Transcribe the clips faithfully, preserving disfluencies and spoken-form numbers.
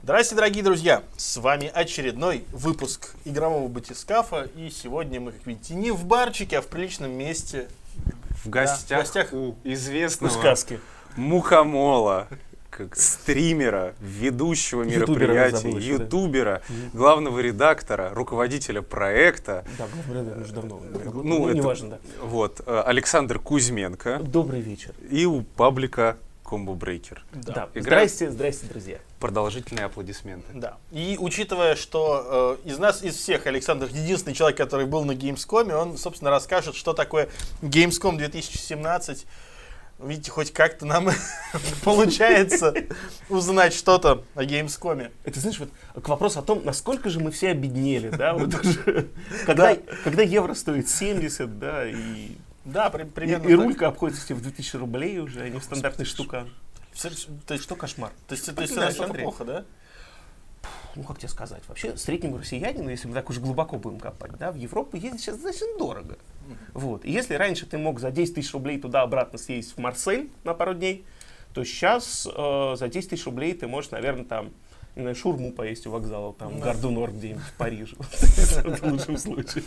Здравствуйте, дорогие друзья! С вами очередной выпуск игрового батискафа. И сегодня мы, как видите, не в барчике, а в приличном месте. В гостях, да, в гостях у известного сказки. мухомола, как стримера, ведущего мероприятий, ютубера, ютубера, да. главного редактора, руководителя проекта. Да, главный редактор уже давно. Ну, Ну, это, не важно, да. Вот, Александр Кузьменко. Добрый вечер. И у паблика Combo Breaker. Да. Да. Да. Здрасте, здрасте, друзья. Продолжительные аплодисменты. Да. И учитывая, что э, из нас, из всех, Александр единственный человек, который был на Gamescom, он, собственно, расскажет, что такое Gamescom две тысячи семнадцать. Видите, хоть как-то нам получается узнать что-то о Gamescom. Это, знаешь, вот к вопросу о том, насколько же мы все обеднели, да, вот уже, когда, когда евро стоит семьдесят, да, и, да, при, примерно и, и так. рулька обходится тебе в две тысячи рублей уже, а не в стандартный штукан. Все, то есть, Что кошмар? То есть, то Как есть ты это знаешь, настолько Андрей? плохо, да? Ну, как тебе сказать, вообще, среднему россиянину, если мы так уж глубоко будем копать, да, в Европу ездить сейчас достаточно дорого. Вот. И если раньше ты мог за десять тысяч рублей туда-обратно съездить в Марсель на пару дней, то сейчас э, за десять тысяч рублей ты можешь, наверное, там, не знаю, шаурму поесть у вокзала, там, Да. Гарду Норд где-нибудь в Париже. В лучшем случае.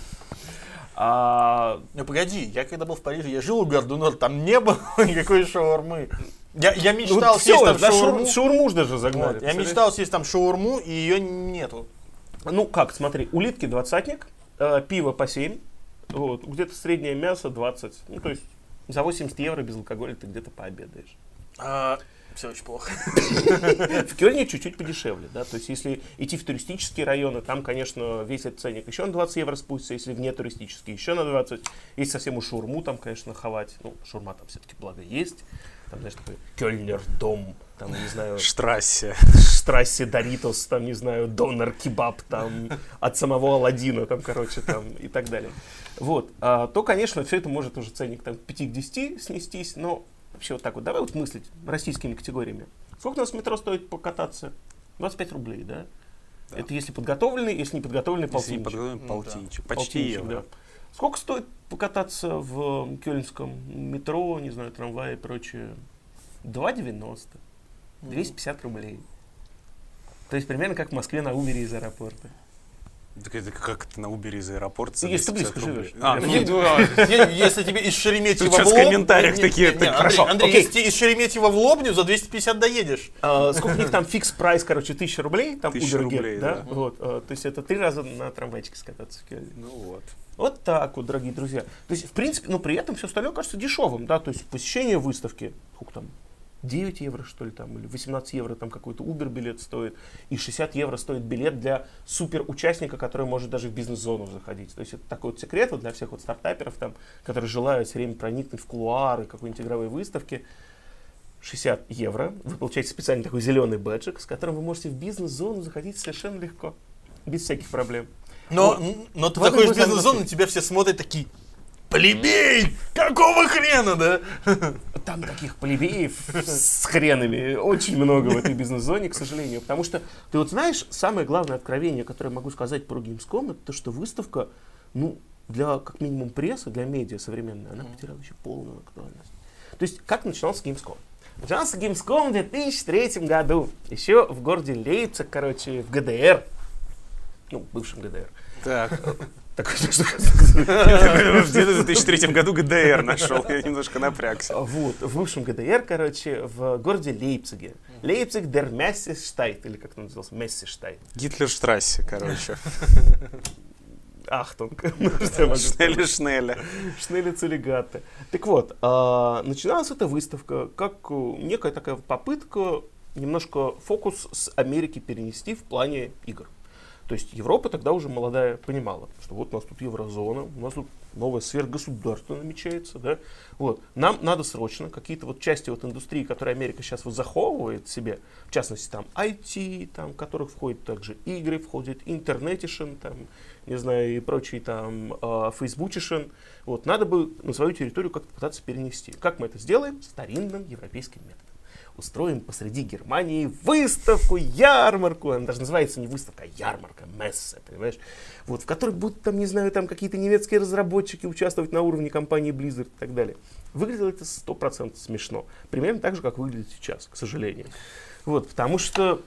А, Ну погоди, я когда был в Париже, я жил у Гарду Норд, там не было никакой шаурмы. Я, я ну, мечтал вот съесть всё, там да, шаурму. шаур- шаурму ж даже загнали. Вот, я представляешь? мечтал съесть там шаурму, и ее нету. Ну как, смотри, улитки двадцатник, э, пиво по семь, вот, где-то среднее мясо двадцать. Ну, то есть за восемьдесят евро без алкоголя ты где-то пообедаешь. А, все очень плохо. В Кёльне чуть-чуть подешевле, да, то есть если идти в туристические районы, там, конечно, весь этот ценник еще на двадцать евро спустится, если вне туристические, еще на двадцать. Если совсем уж шаурму там, конечно, хавать, ну, шаурма там все-таки благо есть, там, знаешь, такой Кёльнер дом, там, не знаю, Штрассе. Штрассе Доритос, там, не знаю, донор кебаб, там, от самого Аладдина, там, короче, там, и так далее. Вот, а, то, конечно, все это может уже ценник там к пяти к десяти снестись, но вообще вот так вот, давай вот мыслить российскими категориями. Сколько у нас в метро стоит покататься? двадцать пять рублей, да? Да. Это если подготовленный, если не подготовленный, Если не полтинничек. подготовлен, Ну, полтинничек. да. Почти Полтинничек, евро. да. Сколько стоит покататься в кёльнском метро, не знаю, трамвае и прочее? два девяносто. двести пятьдесят рублей. То есть примерно как в Москве на Убере из аэропорта. Так это как это на Убере из аэропорта за Если ты двести близко пятьдесят рублей? живешь. А, Ну, ну, Е- да. е- Если тебе из Шереметьево Тут в сейчас в Лоб- комментариях Не, такие, не, так, Андрей, хорошо, Андрей, окей. если тебе из Шереметьево в Лобню за двести пятьдесят доедешь. А, сколько у них там фикс прайс, короче, тысяча рублей, там Тысяча Uber рублей, Get, да? да. Вот, а, то есть это три раза на трамвайчике скататься в Кёльне. Ну вот. Вот так вот, дорогие друзья. То есть, в принципе, но при этом все остальное кажется дешевым, да, то есть посещение выставки, сколько там, девять евро, что ли, там, или восемнадцать евро там какой-то Uber билет стоит, и шестьдесят евро стоит билет для супер участника, который может даже в бизнес-зону заходить. То есть это такой вот секрет вот для всех вот стартаперов, там, которые желают все время проникнуть в кулуары какой-нибудь игровой выставки. шестьдесят евро, вы получаете специальный такой зеленый бэджик, с которым вы можете в бизнес-зону заходить совершенно легко, без всяких проблем. Но, Вот. но ты В этом заходишь в мы с вами бизнес-зону, на пошли. тебя все смотрят такие: плебей! Какого хрена, да? Там таких плебеев с хренами очень много в этой бизнес-зоне, к сожалению. Потому что, ты вот знаешь, самое главное откровение, которое я могу сказать про Gamescom, это то, что выставка, ну, для, как минимум, прессы, для медиа современной, она потеряла еще полную актуальность. То есть, как начинался Gamescom? Начинался Gamescom в две тысячи третьем году. Еще в городе Лейпциг, короче, в ГДР. Ну, в бывшем ГДР. Так. Такой, что- В две тысячи третьем году ГДР нашел, я немножко напрягся. Вот, в бывшем ГДР, короче, в городе Лейпциге. Лейпциг дер Мессештайт, или как это назывался, Мессештайт. Гитлерштрассе, короче. Ахтунг. Ну, что я могу сказать? Шнеля Шнеля. Шнели Цулигаты. Так вот, а, начиналась эта выставка как э, некая такая попытка немножко фокус с Америки перенести в плане игр. То есть Европа тогда уже молодая понимала, что вот у нас тут еврозона, у нас тут новое сверхгосударство намечается, да, вот, нам надо срочно какие-то вот части вот индустрии, которые Америка сейчас вот заховывает себе, в частности там ай ти, там, в которых входят также игры, входит интернетишн, там, не знаю, и прочий там э, фейсбучишн, вот, надо бы на свою территорию как-то пытаться перенести. Как мы это сделаем? Старинным европейским методом. Устроим посреди Германии выставку, ярмарку, она даже называется не выставка, а ярмарка, месса, понимаешь, вот, в которой будут там, не знаю, там какие-то немецкие разработчики участвовать на уровне компании Blizzard и так далее. Выглядело это сто процентов смешно, примерно так же, как выглядит сейчас, к сожалению. Вот, потому что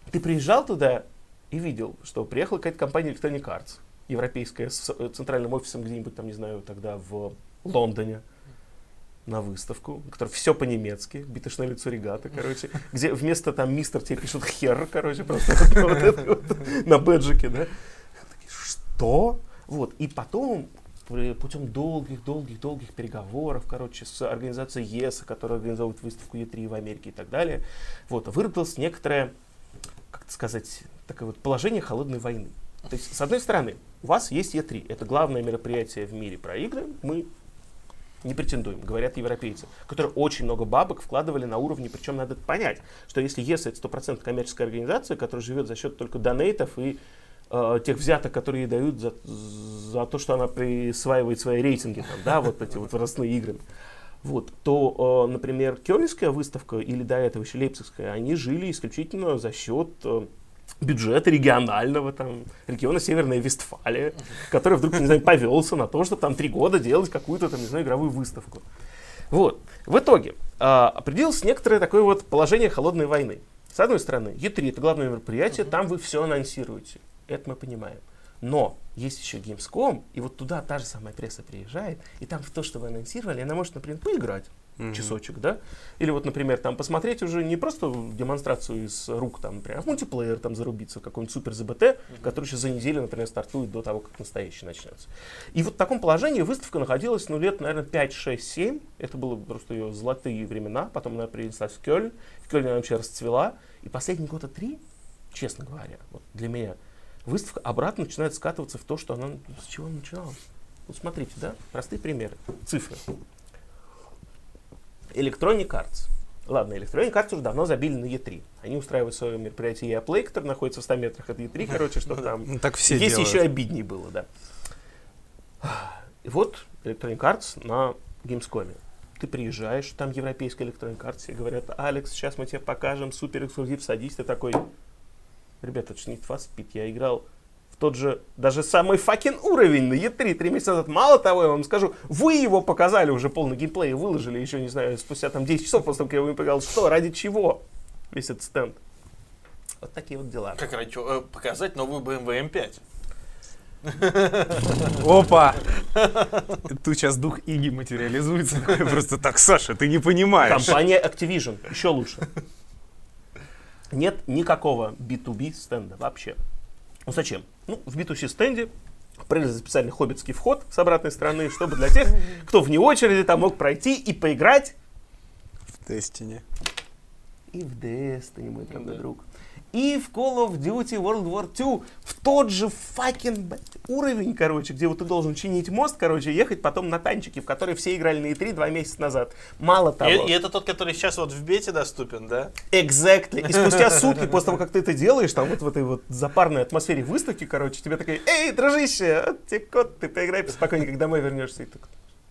ты приезжал туда и видел, что приехала какая-то компания Electronic Arts, европейская, с центральным офисом где-нибудь там, не знаю, тогда в Лондоне, на выставку, которая все по-немецки, битошное лицо регата, короче, где вместо там мистер тебе пишут хер, короче, просто на бэджике, да. Что? Вот, и потом путем долгих-долгих-долгих переговоров, короче, с организацией ЕС, которая организовывает выставку и три в Америке и так далее, вот, выработалось некоторое, как сказать, такое вот положение холодной войны. То есть, с одной стороны, у вас есть и три, это главное мероприятие в мире про игры, мы не претендуем, говорят европейцы, которые очень много бабок вкладывали на уровне, причем надо понять, что если ЕС это сто процентов коммерческая организация, которая живет за счет только донейтов и э, тех взяток, которые ей дают за, за то, что она присваивает свои рейтинги, там, да, вот эти вот возрастные игры, вот, то, э, например, Кёльнская выставка или до этого еще Лейпцигская, они жили исключительно за счет э, бюджета регионального, там, региона Северная Вестфалия, который вдруг, не знаю, повелся на то, чтобы там три года делать какую-то, там, не знаю, игровую выставку. Вот. В итоге э, определилось некоторое такое вот положение холодной войны. С одной стороны, и три это главное мероприятие, uh-huh. там вы все анонсируете. Это мы понимаем. Но есть еще Gamescom, и вот туда та же самая пресса приезжает, и там в то, что вы анонсировали, она может, например, поиграть. Mm-hmm. Часочек, да? Или вот, например, там посмотреть уже не просто демонстрацию из рук, там, например, а в мультиплеер там зарубиться, какой-нибудь супер ЗБТ, mm-hmm. который сейчас за неделю, например, стартует до того, как настоящий начнется. И вот в таком положении выставка находилась, ну, лет, наверное, пять, шесть, семь. Это было просто ее золотые времена. Потом она перенеслась в Кёльн. В Кёльне она вообще расцвела. И последние года три, честно говоря, вот для меня, выставка обратно начинает скатываться в то, что она... С чего она начиналась? Вот смотрите, да? Простые примеры. Цифры. Electronic Arts. Ладно, Electronic Arts уже давно забили на и три. Они устраивают свое мероприятие и эй Play, которое находится в ста метрах от и три, короче, чтобы там... Ну, так все Есть делают. Еще обидней было, да. И вот Electronic Arts на Gamescom. Ты приезжаешь, там европейская Electronic Arts, и говорят: Алекс, сейчас мы тебе покажем супер эксклюзив, садись. Ты такой: ребята, это же Need for Speed, я играл тот же, даже самый факин уровень на и три три месяца назад. Мало того, я вам скажу, вы его показали уже полный геймплей и выложили еще, не знаю, спустя там десять часов после того, как я его поиграл. Что, ради чего весь этот стенд? Вот такие вот дела. Как ради чего? Показать новую бэ эм вэ эм пять. Опа! Тут сейчас дух Иги материализуется. Просто так, Саша, ты не понимаешь. Компания Activision, еще лучше. Нет никакого би ту би стенда вообще. Ну зачем? Ну, в би ту си стенде прорезали специальный хоббитский вход с обратной стороны, чтобы для тех, кто вне очереди там мог пройти и поиграть в Destiny. И в Destiny, мой дорогой да. друг. И в Call of Duty World War Two в тот же факин уровень, короче, где вот ты должен чинить мост, короче, ехать потом на танчике, в который все играли на и три два месяца назад. Мало того. И, и это тот, который сейчас вот в бете доступен, да? Exactly. И спустя сутки после того, как ты это делаешь, там вот в этой вот запарной атмосфере выставки, короче, тебе такой: эй, дружище, вот тебе кот, ты поиграй спокойненько, как домой вернешься. И так...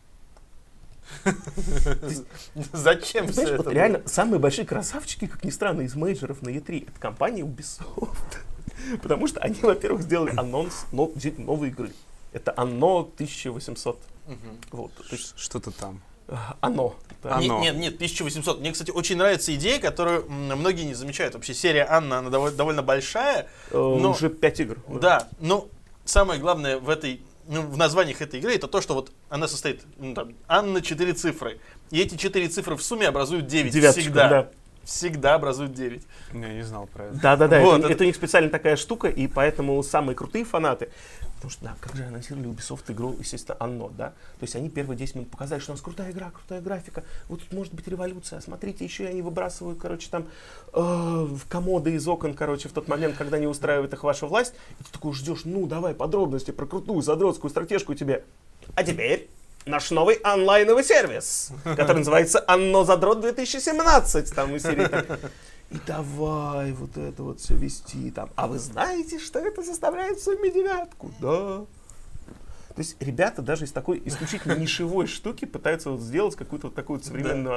Зачем все это? Вот реально, самые большие красавчики, как ни странно, из мейджеров на и три, это компания Ubisoft. Потому что они, во-первых, сделали анонс нов- новой игры. Это Anno тысяча восемьсот. Угу. Вот, то есть, что-то там. Anno. Да. Нет, нет, нет, тысяча восемьсот. Мне, кстати, очень нравится идея, которую м, многие не замечают. Вообще серия Анна, она довольно, довольно большая. Но... Уже пять игр. Да, но самое главное в этой... Ну, в названиях этой игры это то, что вот она состоит, ну, там, Анна четыре цифры. И эти четыре цифры в сумме образуют девять. Девяточка, всегда. Да. Всегда образуют девять. Я не знал про это. Да-да-да, Вот, это, это... это у них специально такая штука, и поэтому самые крутые фанаты, потому что, да, как же анонсировали Ubisoft игру, естественно, Anno, да, то есть они первые десять минут показали, что у нас крутая игра, крутая графика, вот тут может быть революция, смотрите, еще и они выбрасывают, короче, там, э, в комоды из окон, короче, в тот момент, когда не устраивает их ваша власть, и ты такой ждешь: ну, давай подробности про крутую задротскую стратежку тебе. А теперь наш новый онлайновый сервис, который называется Anno Задрот две тысячи семнадцать, там, из серии так. И давай вот это вот все вести там. А вы знаете, что это составляет в сумме девятку? Да. То есть ребята даже из такой исключительно нишевой штуки пытаются вот сделать какую-то вот такую вот современную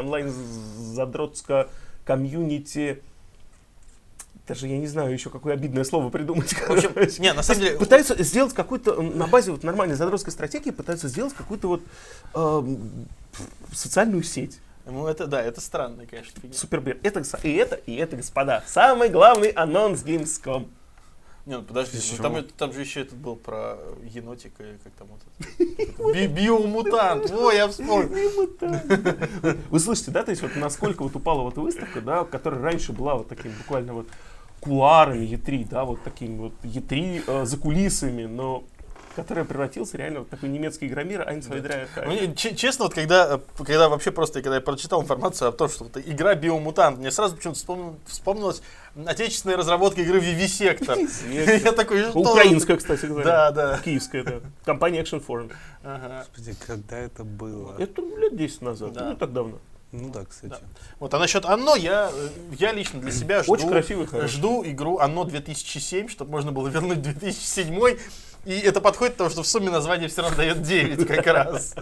онлайн-задротско-комьюнити. Даже я не знаю еще, какое обидное слово придумать. В общем, не, на самом деле... Пытаются сделать какую-то, на базе вот нормальной задротской стратегии, пытаются сделать какую-то вот э, социальную сеть. Ну, это, да, это странно, конечно. фигня. Супер бред. Это, и это, и это, господа, самый главный анонс Gamescom. Не, ну подожди, ну, Почему? там, это- там же еще этот был про енотика, и как там вот это. Би- Биомутант, о, я вспомнил. Вы слышите, да, то есть вот насколько вот упала вот выставка, да, которая раньше была вот таким буквально вот кулуарами и три, да, вот такими вот и три э, за кулисами, но которая превратился реально в такой немецкий игромир, а не свой Мне, ч- честно, вот когда, э, когда вообще просто, когда я прочитал информацию о том, что вот игра Биомутант, мне сразу почему-то вспомнил- вспомнилась отечественная разработка игры Vivisector. Я такой, что? Украинская, кстати говоря. Да, да. Киевская, да. Компания Action Forum. Ага. Господи, когда это было? Это лет десять назад, Да. ну не так давно. Ну да, кстати. Вот, а насчет Анно я, э, я лично для себя жду, Очень красивый, хороший. жду игру Анно две тысячи семь, чтобы можно было вернуть две тысячи седьмой. И это подходит, потому что в сумме название все равно дает девять как раз.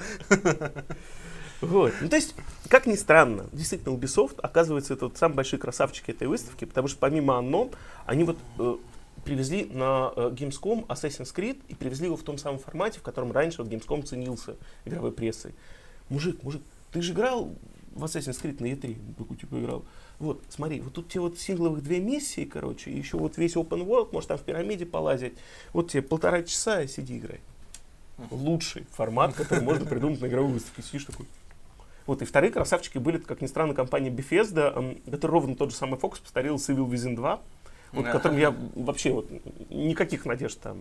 Вот. Ну, то есть, как ни странно, действительно, Ubisoft, оказывается, это вот самые большие красавчики этой выставки, потому что помимо Anno, они вот э, привезли на э, Gamescom Assassin's Creed и привезли его в том самом формате, в котором раньше вот Gamescom ценился игровой прессой. Мужик, мужик, ты же играл в Assassin's Creed на и три? Ну, такой, типа, играл. Вот, смотри, вот тут тебе вот сингловых две миссии, короче, и еще вот весь open world, может там в пирамиде полазить. Вот тебе полтора часа и сиди играй. Лучший формат, который можно придумать на игровой выставке. Сидишь такой. Вот, и вторые красавчики были, как ни странно, компания Bethesda, эм, которая ровно тот же самый фокус повторила с Evil Within два, вот, Да. которым я вообще вот никаких надежд там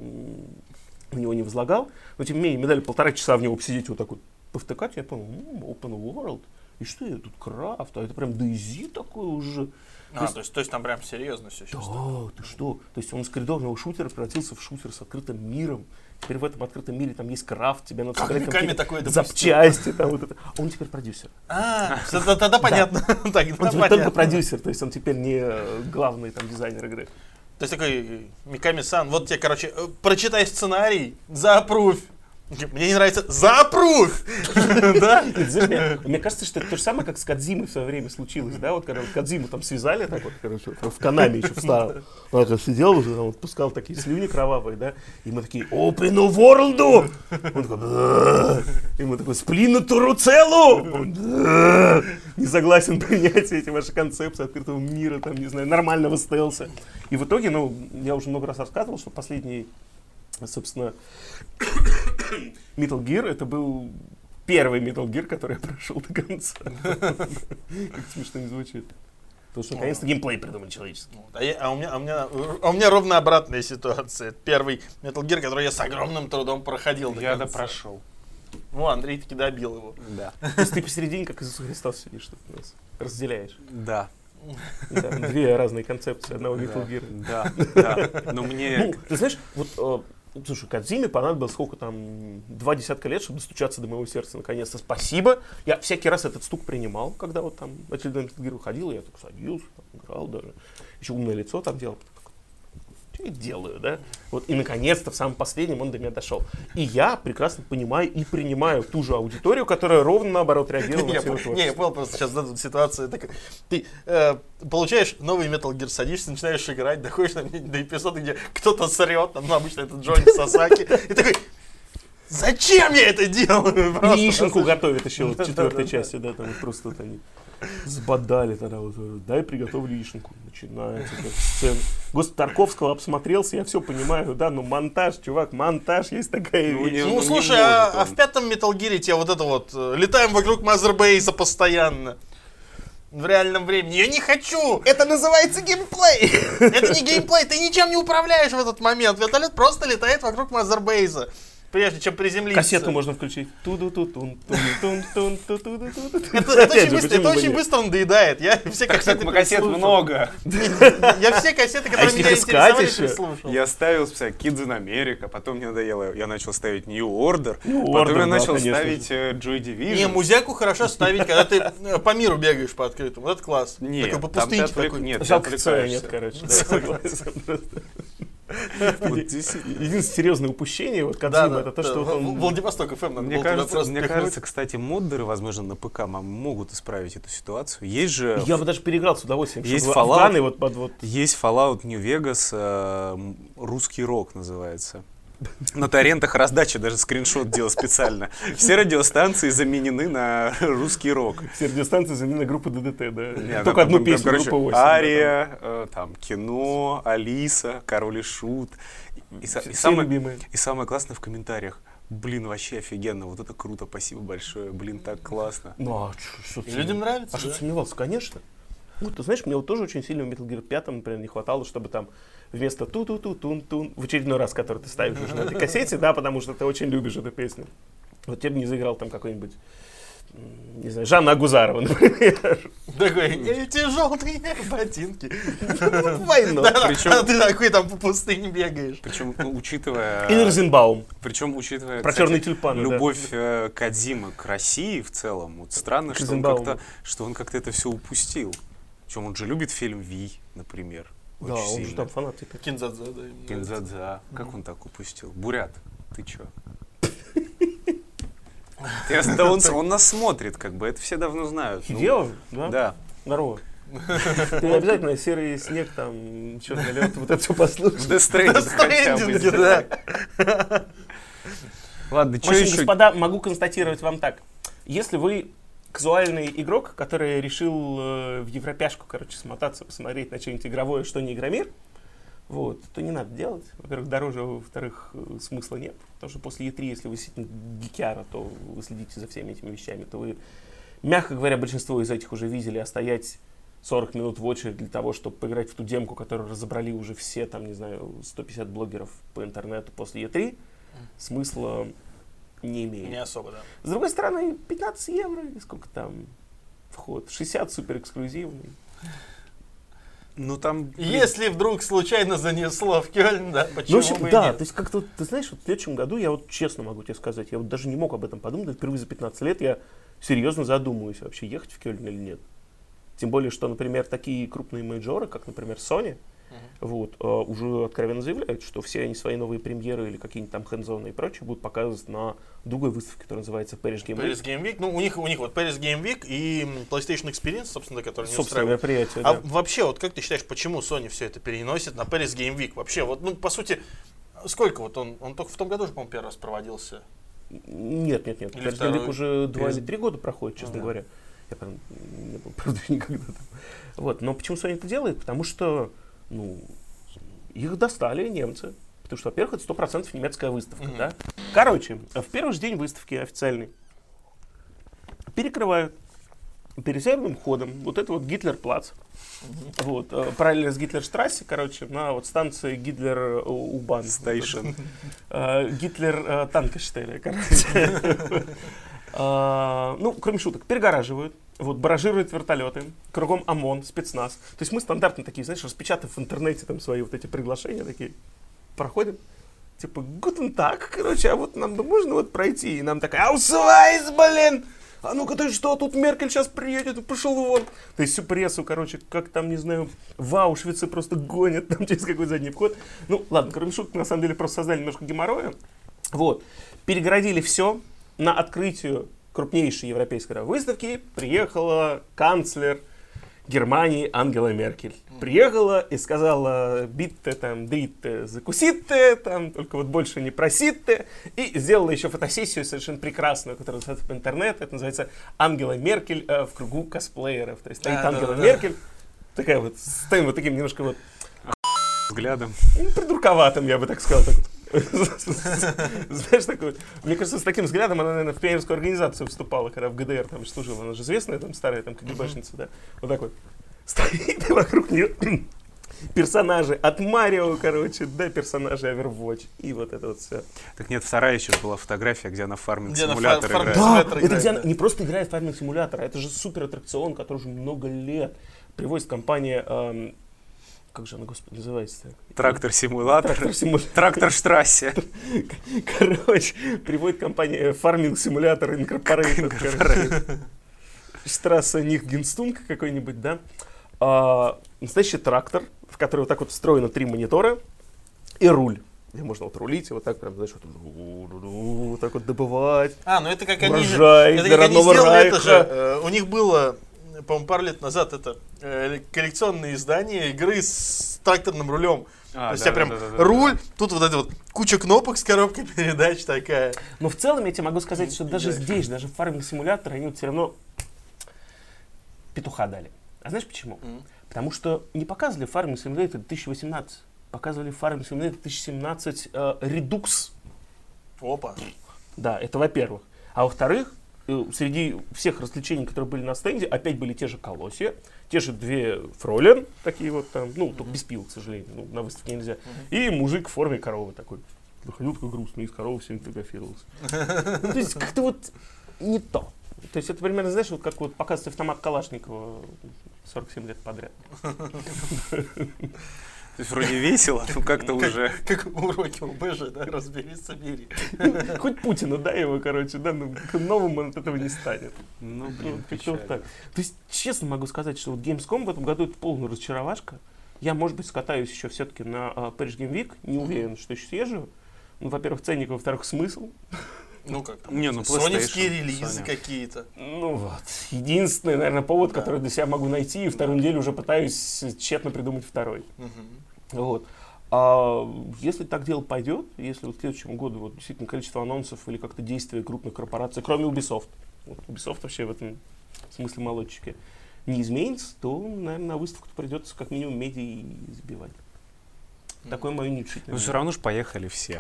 в него не возлагал. Но тем не менее, мне дали полтора часа в него посидеть вот так вот повтыкать, я понял, м, open world. И что это тут крафт, а это прям DayZ такой уже. А, есть- то есть, то есть там прям серьезно все сейчас. Да, ты что? То есть он из коридорного шутера превратился в шутер с открытым миром. Теперь в этом открытом мире там есть крафт, тебе надо Как собирать Миками какие-то такое допустил? запчасти. Там, вот это. Он теперь продюсер. А, всё, т- тогда понятно. Он Тогда теперь только понятно. продюсер, то есть он теперь не э, главный там дизайнер игры. То есть такой, Миками-сан, вот тебе, короче, э, прочитай сценарий, заапрувь. Мне не нравится, заапрувь! Да? Нет, знаешь, мне, мне кажется, что это то же самое, как с Кодзимой в свое время случилось, да, вот когда вот Кодзиму там связали, так вот, короче, вот в Канаме еще в старом. Он как сидел уже, там, вот, пускал такие слюни кровавые, да, и мы такие, Open World! Он такой, «Да». И мы такой, Сплину Туруцелу! Он, «Да». Не согласен принять все эти ваши концепции открытого мира, там, не знаю, нормального стелса. И в итоге, ну, я уже много раз рассказывал, что последний, собственно, Metal Gear это был первый Metal Gear, который я прошел до конца. Как смешно не звучит. Потому что наконец-то геймплей придумали человеческий. Вот, А, я- а у меня, а у меня, а у меня ровно обратная ситуация. Это первый Metal Gear, который я с огромным трудом проходил до Я конца. допрошел. Ну, Андрей таки добил его. Да. То есть ты посередине, как Иисус Христос, сидишь, что ты нас разделяешь. Да. Да, две разные концепции одного Metal Gear. Да, да. Но мне... Ну, ты знаешь, вот, э, слушай, Кодзиме понадобилось сколько там, два десятка лет, чтобы достучаться до моего сердца наконец-то. Спасибо. Я всякий раз этот стук принимал, когда вот там очередной Metal Gear выходил, я так садился, там, играл даже. Еще умное лицо там делал. Что я делаю, да? Вот, и наконец-то в самом последнем он до меня дошел. И я прекрасно понимаю и принимаю ту же аудиторию, которая ровно наоборот реагировала Не, на я все пол- это не, я понял просто сейчас да, тут ситуация такая. Ты э, получаешь новый Metal Gear, садишься, начинаешь играть, доходишь до, до эпизода, где кто-то срет, там, ну, обычно это Джонни Сасаки, и такой, зачем я это делаю? Просто. Яишенку готовят еще вот в четвертой Да-да-да. части, да, там вот просто вот они сбодали тогда вот, э, дай приготовлю яишенку. Начинается эта сцена. Господи, Тарковского обсмотрелся, я все понимаю, да, ну монтаж, чувак, монтаж, есть такая Ну, вещь. не- Ну, не слушай, может а, он. а в пятом Metal Gear тебе вот это вот, э, летаем вокруг Мазербейса постоянно. В реальном времени. Я не хочу! Это называется геймплей! Это не геймплей, ты ничем не управляешь в этот момент. Вертолет просто летает вокруг Мазербейса. Прежде чем приземлиться. Кассету можно включить. Туду-ту-тун, тун-тун-тун, ту-ту-ду-ту-ту. Это, это Опять очень, же, быстро, почему это бы очень нет? быстро надоедает. Я все Так, кассеты так, кассет переслушал. много. Я все кассеты, которые если меня их искать интересовали, еще? переслушал. Я ставил специально Kids in America, потом мне надоело, я начал ставить New Order, New потом Order, я да, начал конечно ставить э, Joy Division. Не, музяку хорошо ставить, когда ты э, по миру бегаешь по открытому. Вот это класс. Нет, Такой по там ты пустынке отвлек- такой. Нет, ты Жалко, Цоя отвлекаешься. нет, короче. Да, согласен. Просто. Вот здесь- Единственное серьезное упущение, вот Да, Кодзима, да, это то, да. что вот он... В- Владивосток эф эм надо Мне было туда кажется, просто мне пихнуть. кажется, кстати, моддеры, возможно, на ПК м- могут исправить эту ситуацию. Есть же, Я бы даже переиграл с удовольствием. Есть чтобы Fallout. Афганы вот под вот... есть Fallout New Vegas, э, м, русский рок называется. На торрентах раздача, даже скриншот делал специально. Все радиостанции заменены на русский рок. Все радиостанции заменены группой ДДТ, да? Нет, Только там, одну там, песню, короче, группа восемь. Ария, Да, э, там, кино, Алиса, Король и Шут. И, са- все и все самое, любимые. и самое классное в комментариях. Блин, вообще офигенно, вот это круто, спасибо большое, блин, так классно. Ну, а что И людям нравится, А что да? ты сомневался? Конечно. Вот, ты знаешь, мне вот тоже очень сильно в Metal Gear пять, например, не хватало, чтобы там вместо ту-ту-ту-тун-тун в очередной раз, который ты ставишь уже на этой кассете, да, потому что ты очень любишь эту песню. Вот тебе бы не заиграл там какой-нибудь, м, не знаю, Жанна Агузарова, например. Такой, эти желтые ботинки. Войну. Да, Причем- а ты такой там по пустыне бегаешь. Причем, ну, учитывая... И Розенбаум. Причем, учитывая, Про кстати, черные тюльпаны, да. любовь э, Кодзимы к России в целом, вот странно, что он, Розенбауму. как-то, что он как-то это все упустил. Причем он же любит фильм «Вий», например. Да, очень он же сильно. там фанат. типа. Кинзадзе, да. ему Кинзадза. Как он так упустил? Бурят, ты чё? Ты- Да он, он нас смотрит, как бы, это все давно знают. Ну, Хидео, да? Да. Здорово. Ты обязательно серый снег, там, черный лед, вот это все послушай. В Death Stranding хотя бы Stranding, сделай. да. Ладно, В что общем, еще? господа, могу констатировать вам так. Если вы казуальный игрок, который решил э, в европяшку, короче, смотаться, посмотреть на что-нибудь игровое, что не Игромир, вот, то не надо делать. Во-первых, дороже, а во-вторых, э, смысла нет. Потому что после и три, если вы действительно гикяра, то вы следите за всеми этими вещами, то вы, мягко говоря, большинство из этих уже видели, а стоять сорок минут в очередь для того, чтобы поиграть в ту демку, которую разобрали уже все, там, не знаю, сто пятьдесят блогеров по интернету после и три, смысла не имеет. Не особо, да. С другой стороны, пятнадцать евро, или сколько там вход, шестьдесят супер эксклюзивный. Ну там... Если вдруг случайно занесло в Кёльн, да, Ну, почему в общем, бы и да, нет? то есть как-то, вот, ты знаешь, вот в следующем году, я вот честно могу тебе сказать, я вот даже не мог об этом подумать, впервые за пятнадцать лет я серьезно задумываюсь, вообще ехать в Кёльн или нет. Тем более, что, например, такие крупные мейджоры, как, например, Sony, вот, э, уже откровенно заявляют, что все они свои новые премьеры или какие-нибудь там хэндзоны и прочее будут показывать на другой выставке, которая называется Paris Game Week. Paris Game Week, ну у них, у них вот Paris Game Week и PlayStation Experience, собственно, который не Собственное устраивает. мероприятие, А да. вообще, вот как ты считаешь, почему Sony все это переносит на Paris Game Week? Вообще, вот, ну, по сути, сколько вот он, он только в том году же, по-моему, первый раз проводился. Нет, нет, нет. Или Paris Game второй. Week уже два Paris- или три года проходит, честно да. говоря. Я прям не был, правда, никогда там. Вот. Но почему Sony это делает? Потому что, ну, их достали немцы. Потому что, во-первых, это сто процентов немецкая выставка, Мгм. да? Короче, в первый же день выставки официальной перекрывают пересервным ходом вот это вот Гитлер-плац. Вот, э, параллельно с Гитлер-штрассе, короче, на вот станции Гитлер-У-Бан. Стейшн. Э, Гитлер-Танкештеле, короче. А, Ну, кроме шуток, перегораживают, вот, баражируют вертолеты, кругом ОМОН, спецназ. То есть мы стандартно такие, знаешь, распечатав в интернете там свои вот эти приглашения, такие, проходим, типа, гутен так, короче, а вот нам бы можно вот пройти, и нам такая, аусвайс, блин! А ну-ка ты что, тут Меркель сейчас приедет, пошел вон. То есть всю прессу, короче, как там, не знаю, в Аушвице просто гонят там через какой задний вход. Ну, ладно, кроме шуток, на самом деле просто создали немножко геморроя. Вот, перегородили все. На открытию крупнейшей европейской выставки приехала канцлер Германии Ангела Меркель. Приехала и сказала, битте там, дритте, закуситте, там, только вот больше не проситте. И сделала еще фотосессию совершенно прекрасную, которая называется по интернету. Это называется Ангела Меркель э, в кругу косплееров. То есть стоит Да, Ангела да, да. Меркель, такая вот, с таким вот таким немножко вот, Взглядом. ну, придурковатым, я бы так сказал. Так. Знаешь, такой, мне кажется, с таким взглядом она, наверное, в пионерскую организацию вступала, когда в ГДР там служила. Она же известная, там, старая там КГБшница, да. Вот так вот. Стоит и вокруг нее персонажи от Марио, короче, до персонажей Overwatch. И вот это вот все. Так нет, вторая еще была фотография, где она в Где она фарминг-симулятор фар- играет. фарминг- Да, Симулятор это играет, где да. она не просто играет в фарминг симулятор, а это же супер аттракцион, который уже много лет привозит компания, эм, как же она, господи, называется-то? Трактор-симулятор. Трактор-симулятор. Трактор-штрассе. Короче, приводит компания Farming Simulator Incorporated. Штрасса Нихгенстунг какой-нибудь, да? А, настоящий трактор, в который вот так вот встроено три монитора и руль. Где можно вот рулить и вот так прям, знаешь, вот, вот так вот добывать. А, ну это как они же, Урожай это для как они родного сделали это Райха. же, э, у них было по-моему, пару лет назад это э, коллекционные издания игры с тракторным рулем. А, То есть да, у тебя прям да, да, да, руль, да. тут вот эта вот куча кнопок с коробкой передач такая. Но в целом я тебе могу сказать, что даже Да. здесь, даже в фарминг-симуляторе, они вот все равно петуха дали. А знаешь почему? Мгм. Потому что не показывали Farming Simulator две тысячи восемнадцать, показывали Farming Simulator две тысячи семнадцать э, Redux. Опа. Да, это во-первых. А во-вторых, э, среди всех развлечений, которые были на стенде, опять были те же колосья, те же две фролен, такие вот там, ну, только без пил, к сожалению, ну, на выставке нельзя, и мужик в форме коровы такой. Выходил такой грустный, из коровы всем фотографировался. Ну, то есть как-то вот не то. То есть это примерно, знаешь, вот как вот показывать автомат Калашникова сорок семь лет подряд. То есть вроде весело, но как-то уже... Как уроки УБЖ, да, разберись, собери. Хоть Путину, да, его, короче, да, ну, к новому он от этого не станет. Ну, Ну, блин, как-то вот печально. так. То есть, честно могу сказать, что вот Gamescom в этом году это полная разочаровашка. Я, может быть, скатаюсь еще все-таки на uh, Paris Game Week, не уверен, что еще съезжу. Ну, во-первых, ценник, во-вторых, смысл. Ну как там? Не, ну, Соневские PlayStation, релизы Sony. какие-то. Ну вот, единственный, наверное, повод, Да. который для себя могу найти, и вторую неделю уже пытаюсь тщетно придумать второй. Мгм. Вот. А если так дело пойдет, если вот к следующему году вот, действительно количество анонсов или как-то действия крупных корпораций, кроме Ubisoft, вот, Ubisoft вообще в этом смысле молодчики, не изменится, то, наверное, на выставку придется как минимум медиа сбивать. Такое мое нерешительное. Но все равно же поехали все.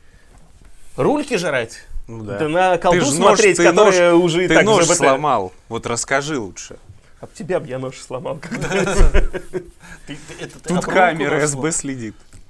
Рульки жрать? Ну Да, да. на колду Ты ж нож- смотреть, ты которая уже и Ты так нож ЗБТ. сломал. Вот расскажи лучше. Об тебя бы я нож сломал. Ты- ты- это ты Тут об руку камера нашло? СБ следит.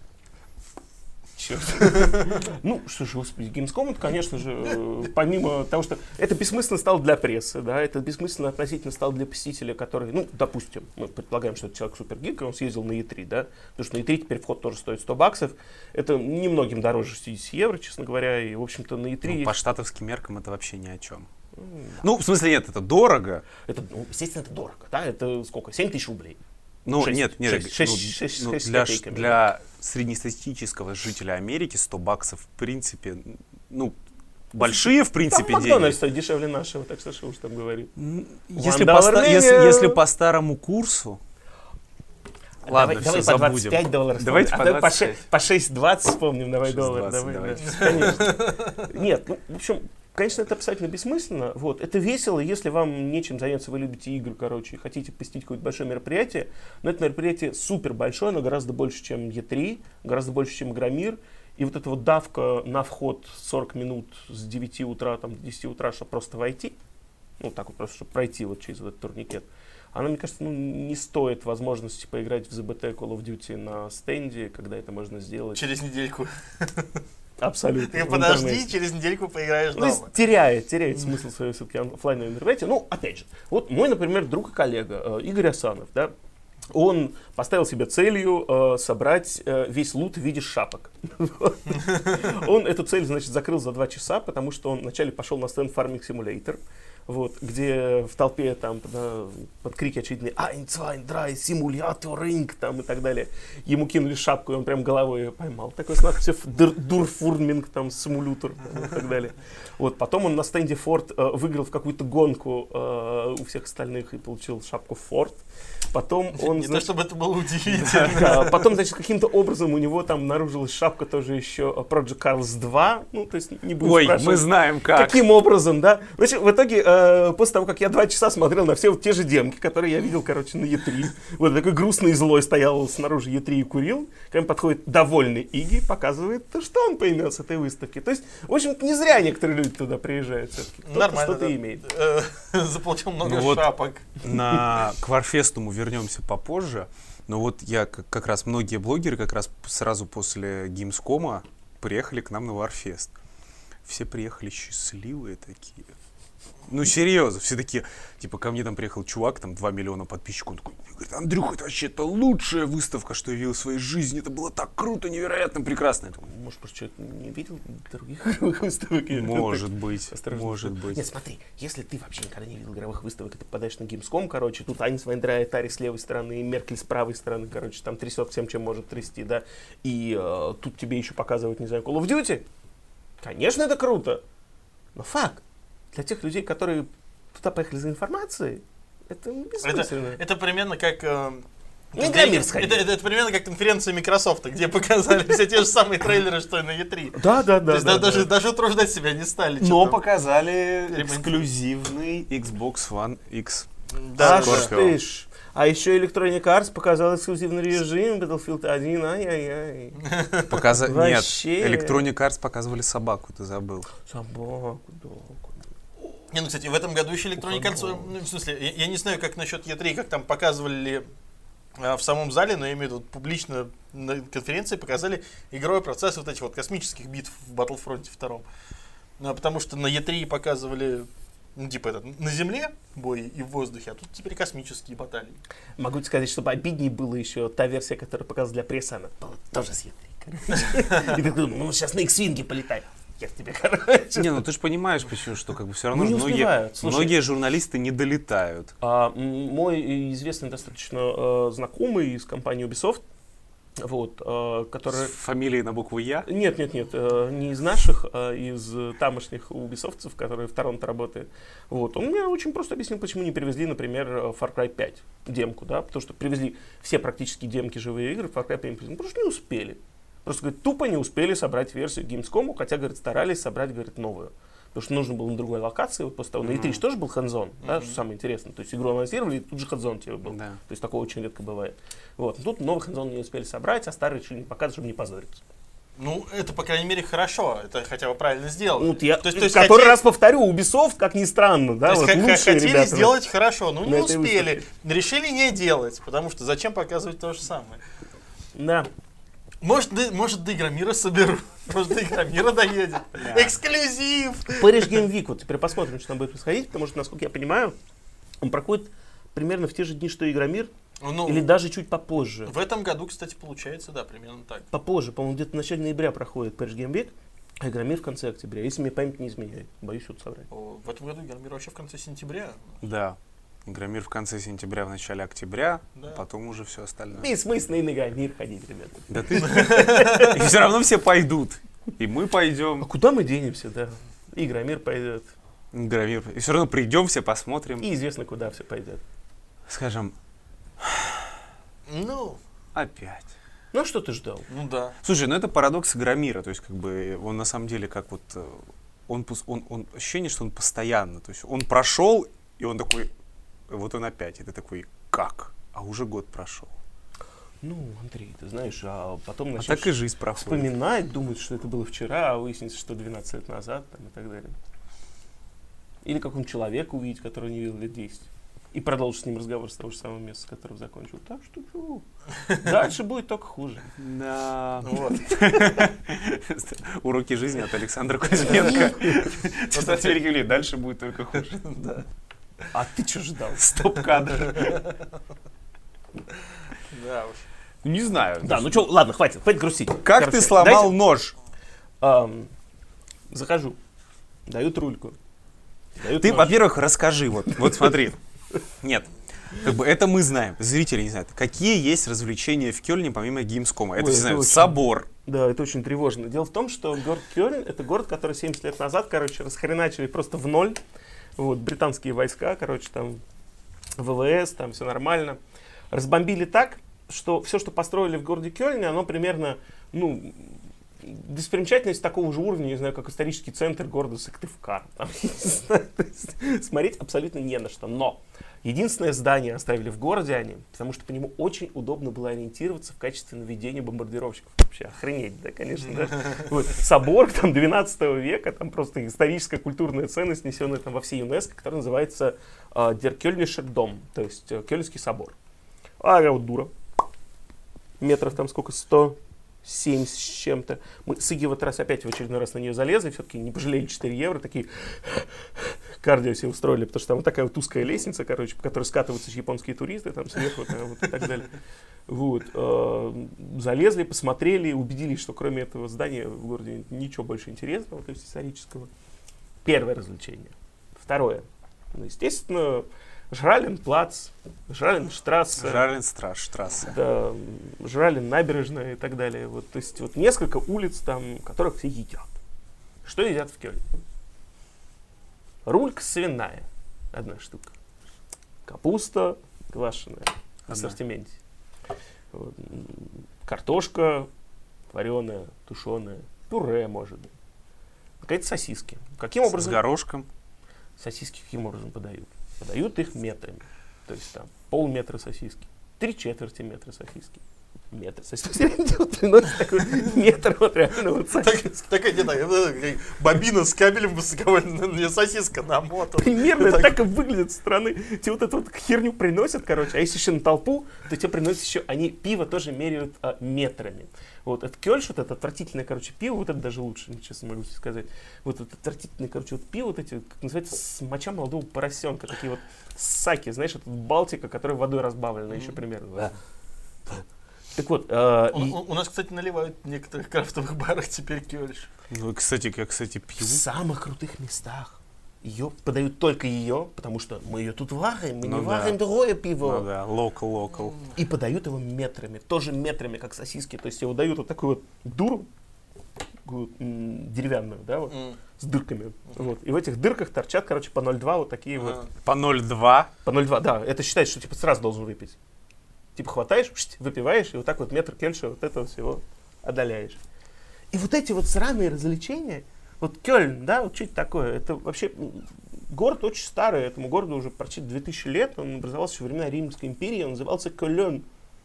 Черт. Ну, что ж, господи, Gamescom, это, конечно же, э, помимо того, что это бессмысленно стало для прессы, да, это бессмысленно относительно стало для посетителя, который, ну, допустим, мы предполагаем, что это человек супергик, и он съездил на и три, да, потому что на и три теперь вход тоже стоит сто баксов, это немногим дороже шестьдесят евро, честно говоря, и, в общем-то, на и три Ну, есть- по штатовским меркам это вообще ни о чем. Ну, в смысле, нет, это дорого. это, ну, естественно, это дорого, да, это сколько, семь тысяч рублей. Ну, Шесть, нет, нет, шесть, ну, шесть, шесть, ну, шесть с для, ш- копейками. для среднестатистического жителя Америки сто баксов, в принципе, ну, большие, в Там принципе, Макдональдс деньги. стоит дешевле нашего, так что что уж там говорить. М, Если One по, dollar ста- если, menu. если по старому курсу, ладно, давай, все давай по забудем. двадцать пять долларов. Давайте вспомним. по а давай двадцать по, пять. ше- по шесть двадцать вспомним, давай шесть доллар. двадцать, Давай, давайте. да, конечно. Нет, ну, в общем, конечно, это абсолютно бессмысленно. Вот. Это весело, если вам нечем заняться, вы любите игры, короче, и хотите посетить какое-то большое мероприятие. Но это мероприятие супер большое, оно гораздо больше, чем и три, гораздо больше, чем Игромир. И вот эта вот давка на вход сорок минут с девяти утра там, до десяти утра, чтобы просто войти, ну так вот просто, чтобы пройти вот через этот турникет, она, мне кажется, ну, не стоит возможности поиграть в зэ бэ тэ Call of Duty на стенде, когда это можно сделать Через недельку. абсолютно. Ты в подожди, интернете. через недельку поиграешь Ну, то есть дома. теряет, теряет смысл своего все-таки оффлайнового мероприятия. Ну, опять же, вот мой, например, друг и коллега э, Игорь Асанов, да, он поставил себе целью э, собрать э, весь лут в виде шапок. Он эту цель, значит, закрыл за два часа, потому что он вначале пошел на стенд Farming Simulator, вот, где в толпе там да, под крики очевидные «Ein, zwei, drei, Simulator Ring» там и так далее. Ему кинули шапку, и он прям головой ее поймал. Такой с надписью «Дурфурминг», там, «Симулятор» там, и так далее. Вот, потом он на стенде Ford э, выиграл в какую-то гонку э, у всех остальных и получил шапку Ford. Потом он, Не то, значит, чтобы это было удивительно. да, потом, значит, каким-то образом у него там обнаружилась шапка тоже еще Project Cars два. Ну, то есть не буду Ой, спрашивать, мы знаем как. каким образом, да. Значит, в итоге, э, после того, как я два часа смотрел на все вот те же демки, которые я видел, короче, на и три, вот такой грустный и злой стоял снаружи и три и курил, ко мне подходит довольный Иги, показывает, что он поймет с этой выставки. То есть, в общем-то, не зря некоторые люди туда приезжают все-таки. Кто-то Нормально. что-то да. имеет. Э, Заполучил много Ну вот. шапок. На к Варфесту мы вернемся попозже. Но вот я как, как раз, многие блогеры как раз сразу после Gamescom приехали к нам на Варфест. Все приехали счастливые такие. Ну, серьезно, все такие, типа, ко мне там приехал чувак, там, два миллиона подписчиков, он такой, говорит, Андрюха, это вообще это лучшая выставка, что я видел в своей жизни, это было так круто, невероятно, прекрасно. Я такой, Может, просто человек не видел других игровых выставок? Я может так быть, осторожно может сказал. быть. Нет, смотри, если ты вообще никогда не видел игровых выставок, и ты попадаешь на Gamescom, короче, тут Айнс Вайндрай, Atari с левой стороны, и Меркель с правой стороны, короче, там трясет всем, чем может трясти, да, и э, тут тебе еще показывают, не знаю, Call of Duty. Конечно, это круто, но факт. Для тех людей, которые туда поехали за информацией, Это Это, бессмысленно. это примерно как... э, Ну, это, Игромир это, сходи. это- это примерно как конференция Microsoft, где показали все те же самые трейлеры, что и на и три. Да, да, да. То есть да, да- даже, да. даже утруждать себя не стали. Но что-то. показали Ремонтировать. эксклюзивный Xbox One X. Да, А да, ж да. ты ж. А еще Electronic Arts показал эксклюзивный режим Battlefield один. Ай-яй-яй. Показа... Нет, Вообще. Electronic Arts показывали собаку, ты забыл. Собаку, да. Не, ну, кстати, в этом году еще Electronic Arts, ну, в смысле, я, я не знаю, как насчет и три, как там показывали ли, а, в самом зале, но я имею в виду публично на конференции показали игровой процесс вот этих вот космических битв в Battlefront два. Ну, а потому что на и три показывали, ну, типа, этот, на Земле бой и в воздухе, а тут теперь космические баталии. Могу тебе сказать, чтобы обиднее было еще та версия, которую показывала для прессы, она была тоже с и три, короче. И ты думаешь, ну сейчас на X-Wing полетай. Я тебе, короче. Не, ну ты же понимаешь, почему, что как бы все равно Ну, не многие, успевают. Слушай. многие журналисты не долетают. А, м, мой известный достаточно э, знакомый из компании Ubisoft, вот, э, который... С фамилией на букву Я. Нет, нет, нет, э, не из наших, а из э, тамошних убисофтцев, которые в Торонто работают. Вот. Он мне очень просто объяснил, почему не привезли, например, э, Far Cry пять демку, да, потому что привезли все практически демки живые игры, Far Cry пять, ну, потому что не успели. Просто, говорит, тупо не успели собрать версию Gamescom, хотя, говорит, старались собрать, говорит, новую. Потому что нужно было на другой локации, вот после того, на и три же тоже был хэндзон, да, что самое интересное. То есть игру анонсировали, и тут же хэндзон тебе был. Да. То есть такого очень редко бывает. Вот. Тут новый хэндзон не успели собрать, а старый решили не показывать, чтобы не позориться. Ну, это, по крайней мере, хорошо, это хотя бы правильно сделали. Ну, вот я То есть- то есть который хотели- раз повторю, Ubisoft, как ни странно, да, То есть вот х- х- лучшие хотели ребята. сделать хорошо, но на не этой успели. Решили не делать, потому что зачем показывать то же самое? Да. Может, до, может, до Игромира соберу. Может, до Игромира доедет. Эксклюзив! Париж Game Week, вот теперь посмотрим, что там будет происходить, потому что, насколько я понимаю, он проходит примерно в те же дни, что и Игромир, Ну, или даже чуть попозже. в этом году, кстати, получается, да, примерно так. Попозже, по-моему, где-то в начале ноября проходит Париж Game Week, а Игромир в конце октября, если мне память не изменяет. Боюсь вот соврать. О, в этом году Игромир вообще в конце сентября. Да. Игромир в конце сентября, в начале октября, Да. а потом уже все остальное. Бессмысленно и на Игромир ходить, ребята. Да ты... И все равно все пойдут. И мы А пойдем. куда мы денемся, да? И Игромир пойдет. Игромир. И все равно придем, все посмотрим. И известно, куда все пойдет. Скажем, Ну, опять. Ну, а что ты ждал? ну да. Слушай, ну это парадокс Игромира. То есть, как бы, он на самом деле как вот... э, Он, пус- он, он ощущение, что он постоянно. То есть, он прошел, и он такой... Вот он опять. И ты такой, как? А уже год прошел. Ну, Андрей, ты знаешь, а потом А начнешь так и жизнь проходит. вспоминать, думать, что это было вчера, а выяснится, что двенадцать лет назад, там, и так далее. Или какого-нибудь человека увидеть, которого не видел лет десять. И продолжить с ним разговор с того же самого места, с которого закончил. Так что чего? Дальше будет только хуже. Да. Вот. Уроки жизни от Александра Кузьменко. Что теперь, Юлия, дальше будет только хуже. А ты что ждал? Стоп-кадр. Да уж. Не знаю. Да, ну что, ладно, хватит, хватит грустить. Как Короче, ты сломал дайте- нож? Ам, захожу, дают рульку. Дают Ты, нож. во-первых, расскажи. Вот, вот смотри. Нет. Как бы это мы знаем, зрители не знают. Какие есть развлечения в Кёльне помимо Gamescom? Это Ой, все знают. это очень- Собор. Да, это очень тревожно. Дело в том, что город Кёльн — это город, который семьдесят лет назад, короче, расхреначили просто в ноль. Вот, британские войска, короче, там, ВВС, там все нормально. Разбомбили так, что все, что построили в городе Кёльне, оно примерно, ну, достопримечательность такого же уровня, не знаю, как исторический центр города Сыктывкар. Там, не знаю, то есть смотреть абсолютно не на что. Но единственное здание оставили в городе они, потому что по нему очень удобно было ориентироваться в качестве наведения бомбардировщиков. Вообще охренеть, да, конечно, да. Вот, собор там двенадцатого века, там просто историческая культурная ценность, несенная там во всей ЮНЕСКО, который называется э, Der Kölnischer Dom, то есть э, Кёльнский собор. А я вот дура. Метров там сколько, сто семьдесят с чем-то. Мы с Игги в этот раз опять в очередной раз на нее залезли, все-таки не пожалели четыре евро, такие кардио все устроили, потому что там вот такая вот узкая лестница, короче, по которой скатываются японские туристы, там сверху там, вот, и так далее. Вот. Э, залезли, посмотрели, убедились, что кроме этого здания в городе ничего больше интересного, то есть исторического. Первое развлечение. Второе. Ну, естественно, Жраленплац, Жраленштрассе. Жарленстрасс, штрассе. Да, Жралин, набережная и так далее. Вот, то есть вот несколько улиц, там, которых все едят. Что едят в Кёльне? Рулька свиная. Одна штука. капуста квашеная в ассортименте. Вот. Картошка вареная, тушеная, пюре, может быть. Какие-то сосиски. Каким образом? С горошком. Сосиски каким образом подают? Подают их метрами. То есть там полметра сосиски, три четверти метра сосиски. Метр сосиски. Приносит такой метр вот реально вот сосиски. Такая, не знаю, бобина с кабелем высоковольтная, сосиска намотана. Примерно так и выглядит со стороны. Тебе вот эту вот херню приносят, короче. А если еще на толпу, то тебе приносят еще, они пиво тоже меряют а, метрами. Вот это кёльш, вот это отвратительное, короче, пиво, вот это даже лучше, честно могу тебе сказать. Вот это отвратительное, короче, вот пиво, вот эти, как называется, с моча молодого поросенка, такие вот саки, знаешь, это Балтика, которая водой разбавлена mm-hmm. еще примерно. Да. Так вот, э, у, и... у, у нас, кстати, наливают в некоторых крафтовых барах теперь кёльш. Ну, кстати, я, кстати, пью. В самых крутых местах ее подают только ее, потому что мы ее тут варим, мы ну не да. варим другое пиво. Ну да, локал, локал. И подают его метрами, тоже метрами, как сосиски. То есть его дают вот такую вот дуру, такую, м- деревянную, да, вот, mm. с дырками. Mm-hmm. Вот. И в этих дырках торчат, короче, по ноль целых два вот такие mm-hmm. вот. По ноль целых два? По ноль целых два, да. Это считается, что типа сразу должен выпить. Типа хватаешь, выпиваешь, и вот так вот метр кельша вот этого всего одоляешь. И вот эти вот сраные развлечения, вот Кёльн, да, вот что это такое? Это вообще город очень старый, этому городу уже почти две тысячи лет, он образовался еще во времена Римской империи, он назывался Кёльн,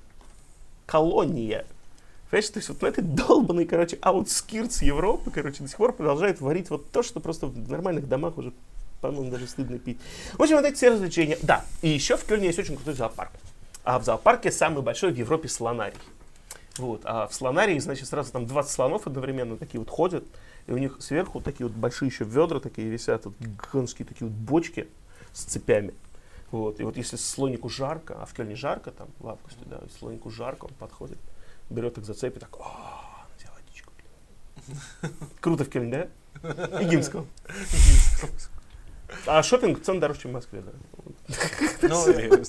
колония. Понимаешь, то есть вот на этой долбанной, короче, аутскиртс Европы, короче, до сих пор продолжает варить вот то, что просто в нормальных домах уже, по-моему, даже стыдно пить. В общем, вот эти все развлечения. Да, и еще в Кёльне есть очень крутой зоопарк. А в зоопарке самый большой в Европе слонарий. Вот. А в слонарии, значит, сразу там двадцать слонов одновременно такие вот ходят, и у них сверху такие вот большие еще ведра такие висят, вот гигантские такие вот бочки с цепями. Вот. И вот если слонику жарко, а в Кёльне жарко там в августе, да, если слонику жарко, он подходит, берет их за цепи, так, о, взял водичку. Круто в Кёльне, да? И Гимском. А шопинг цен дороже, чем в Москве, да. Ну,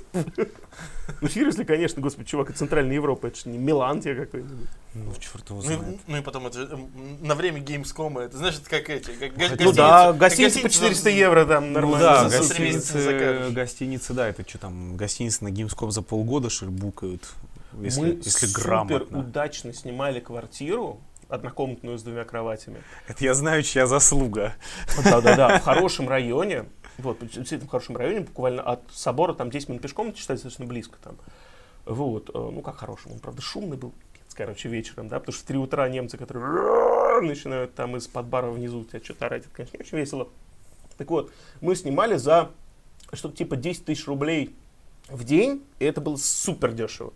ну, серьезно, конечно, господи, чувак, и Центральная Европа, это же не Милан тебе какой-нибудь. Ну, черт его ну, знает. ну и потом, это же, на время Gamescom, это, знаешь, это как эти, как га- Ну да, гостиницы по четыреста евро там Ну нормально. да, за- за три гостиницы, месяца закажешь. гостиницы, да, это что там, гостиницы на Gamescom за полгода, что ли, букают, если, Мы если супер грамотно. удачно снимали квартиру, однокомнатную с двумя кроватями. Это я знаю, чья заслуга. Да-да-да, в хорошем районе. Вот, действительно в хорошем районе, буквально от собора там десять минут пешком, это считается достаточно близко там. Вот, ну как хорошим, он, правда, шумный был, короче, вечером, да, потому что в три утра немцы, которые начинают там из-под бара внизу тебя что-то орать, это, конечно, не очень весело. Так вот, мы снимали за что-то типа десять тысяч рублей в день, и это было супер дешево.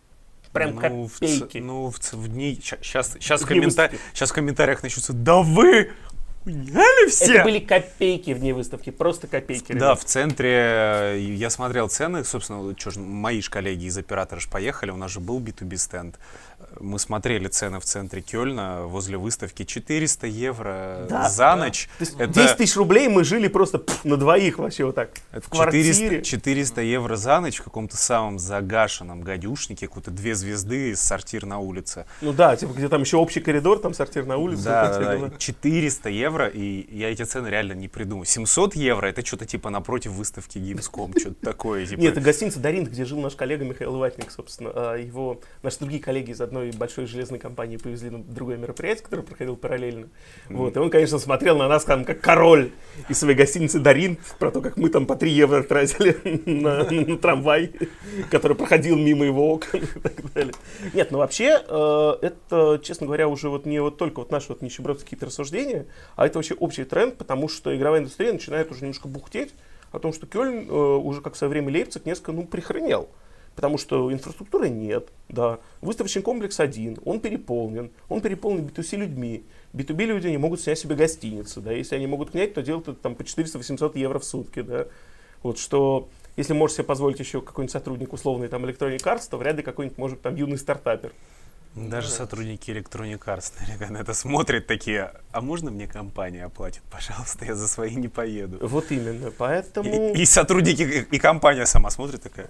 Прям ну, копейки. В, ну, в, в дни, сейчас, сейчас, В комментар... сейчас в комментариях начнутся, да вы уняли все! Это были копейки в дни выставки, просто копейки. Да, ребят. в центре я смотрел цены, собственно, что ж, мои же коллеги из оператора ж поехали, у нас же был би ту би стенд. Мы смотрели цены в центре Кёльна возле выставки четыреста евро Да, за да. ночь. То есть Это десять тысяч рублей мы жили просто пф, на двоих вообще вот так. это в квартире. четыреста, четыреста евро за ночь в каком-то самом загашенном гадюшнике, какой-то две звезды, сортир на улице. Ну да, типа где там еще общий коридор, там сортир на улице. Да, вот эти да, дела. да, четыреста евро, и я эти цены реально не придумал. семьсот евро, это что-то типа напротив выставки Gamescom, что-то такое. Типа. Нет, это гостиница Даринт, где жил наш коллега Михаил Ватник, собственно. А его, наши другие коллеги из одной большой железной компании повезли на другое мероприятие, которое проходило параллельно. Mm-hmm. Вот, и он, конечно, смотрел на нас там, как король из своей гостиницы Даринт, про то, как мы там по три евро тратили на, на трамвай, который проходил мимо его окон и так далее. Нет, ну вообще, э, это, честно говоря, уже вот не вот только вот наши вот нищебродские какие-то рассуждения, а это вообще общий тренд, потому что игровая индустрия начинает уже немножко бухтеть о том, что Кёльн э, уже, как в свое время Лейпциг, несколько, ну, прихренел. Потому что инфраструктуры нет, да. Выставочный комплекс один, он переполнен, он переполнен би ту си людьми. би ту би люди не могут снять себе гостиницы, да. Если они могут снять, то делают это там по четыреста-восемьсот евро в сутки, да. Вот что, если можешь себе позволить еще какой-нибудь сотрудник условный там Electronic Arts, то вряд ли какой-нибудь может там юный стартапер. Даже да. Сотрудники Electronic Arts наверняка на это смотрят такие, а можно мне компания оплатит, пожалуйста, я за свои не поеду. Вот именно, поэтому... И, и сотрудники, и компания сама смотрит такая.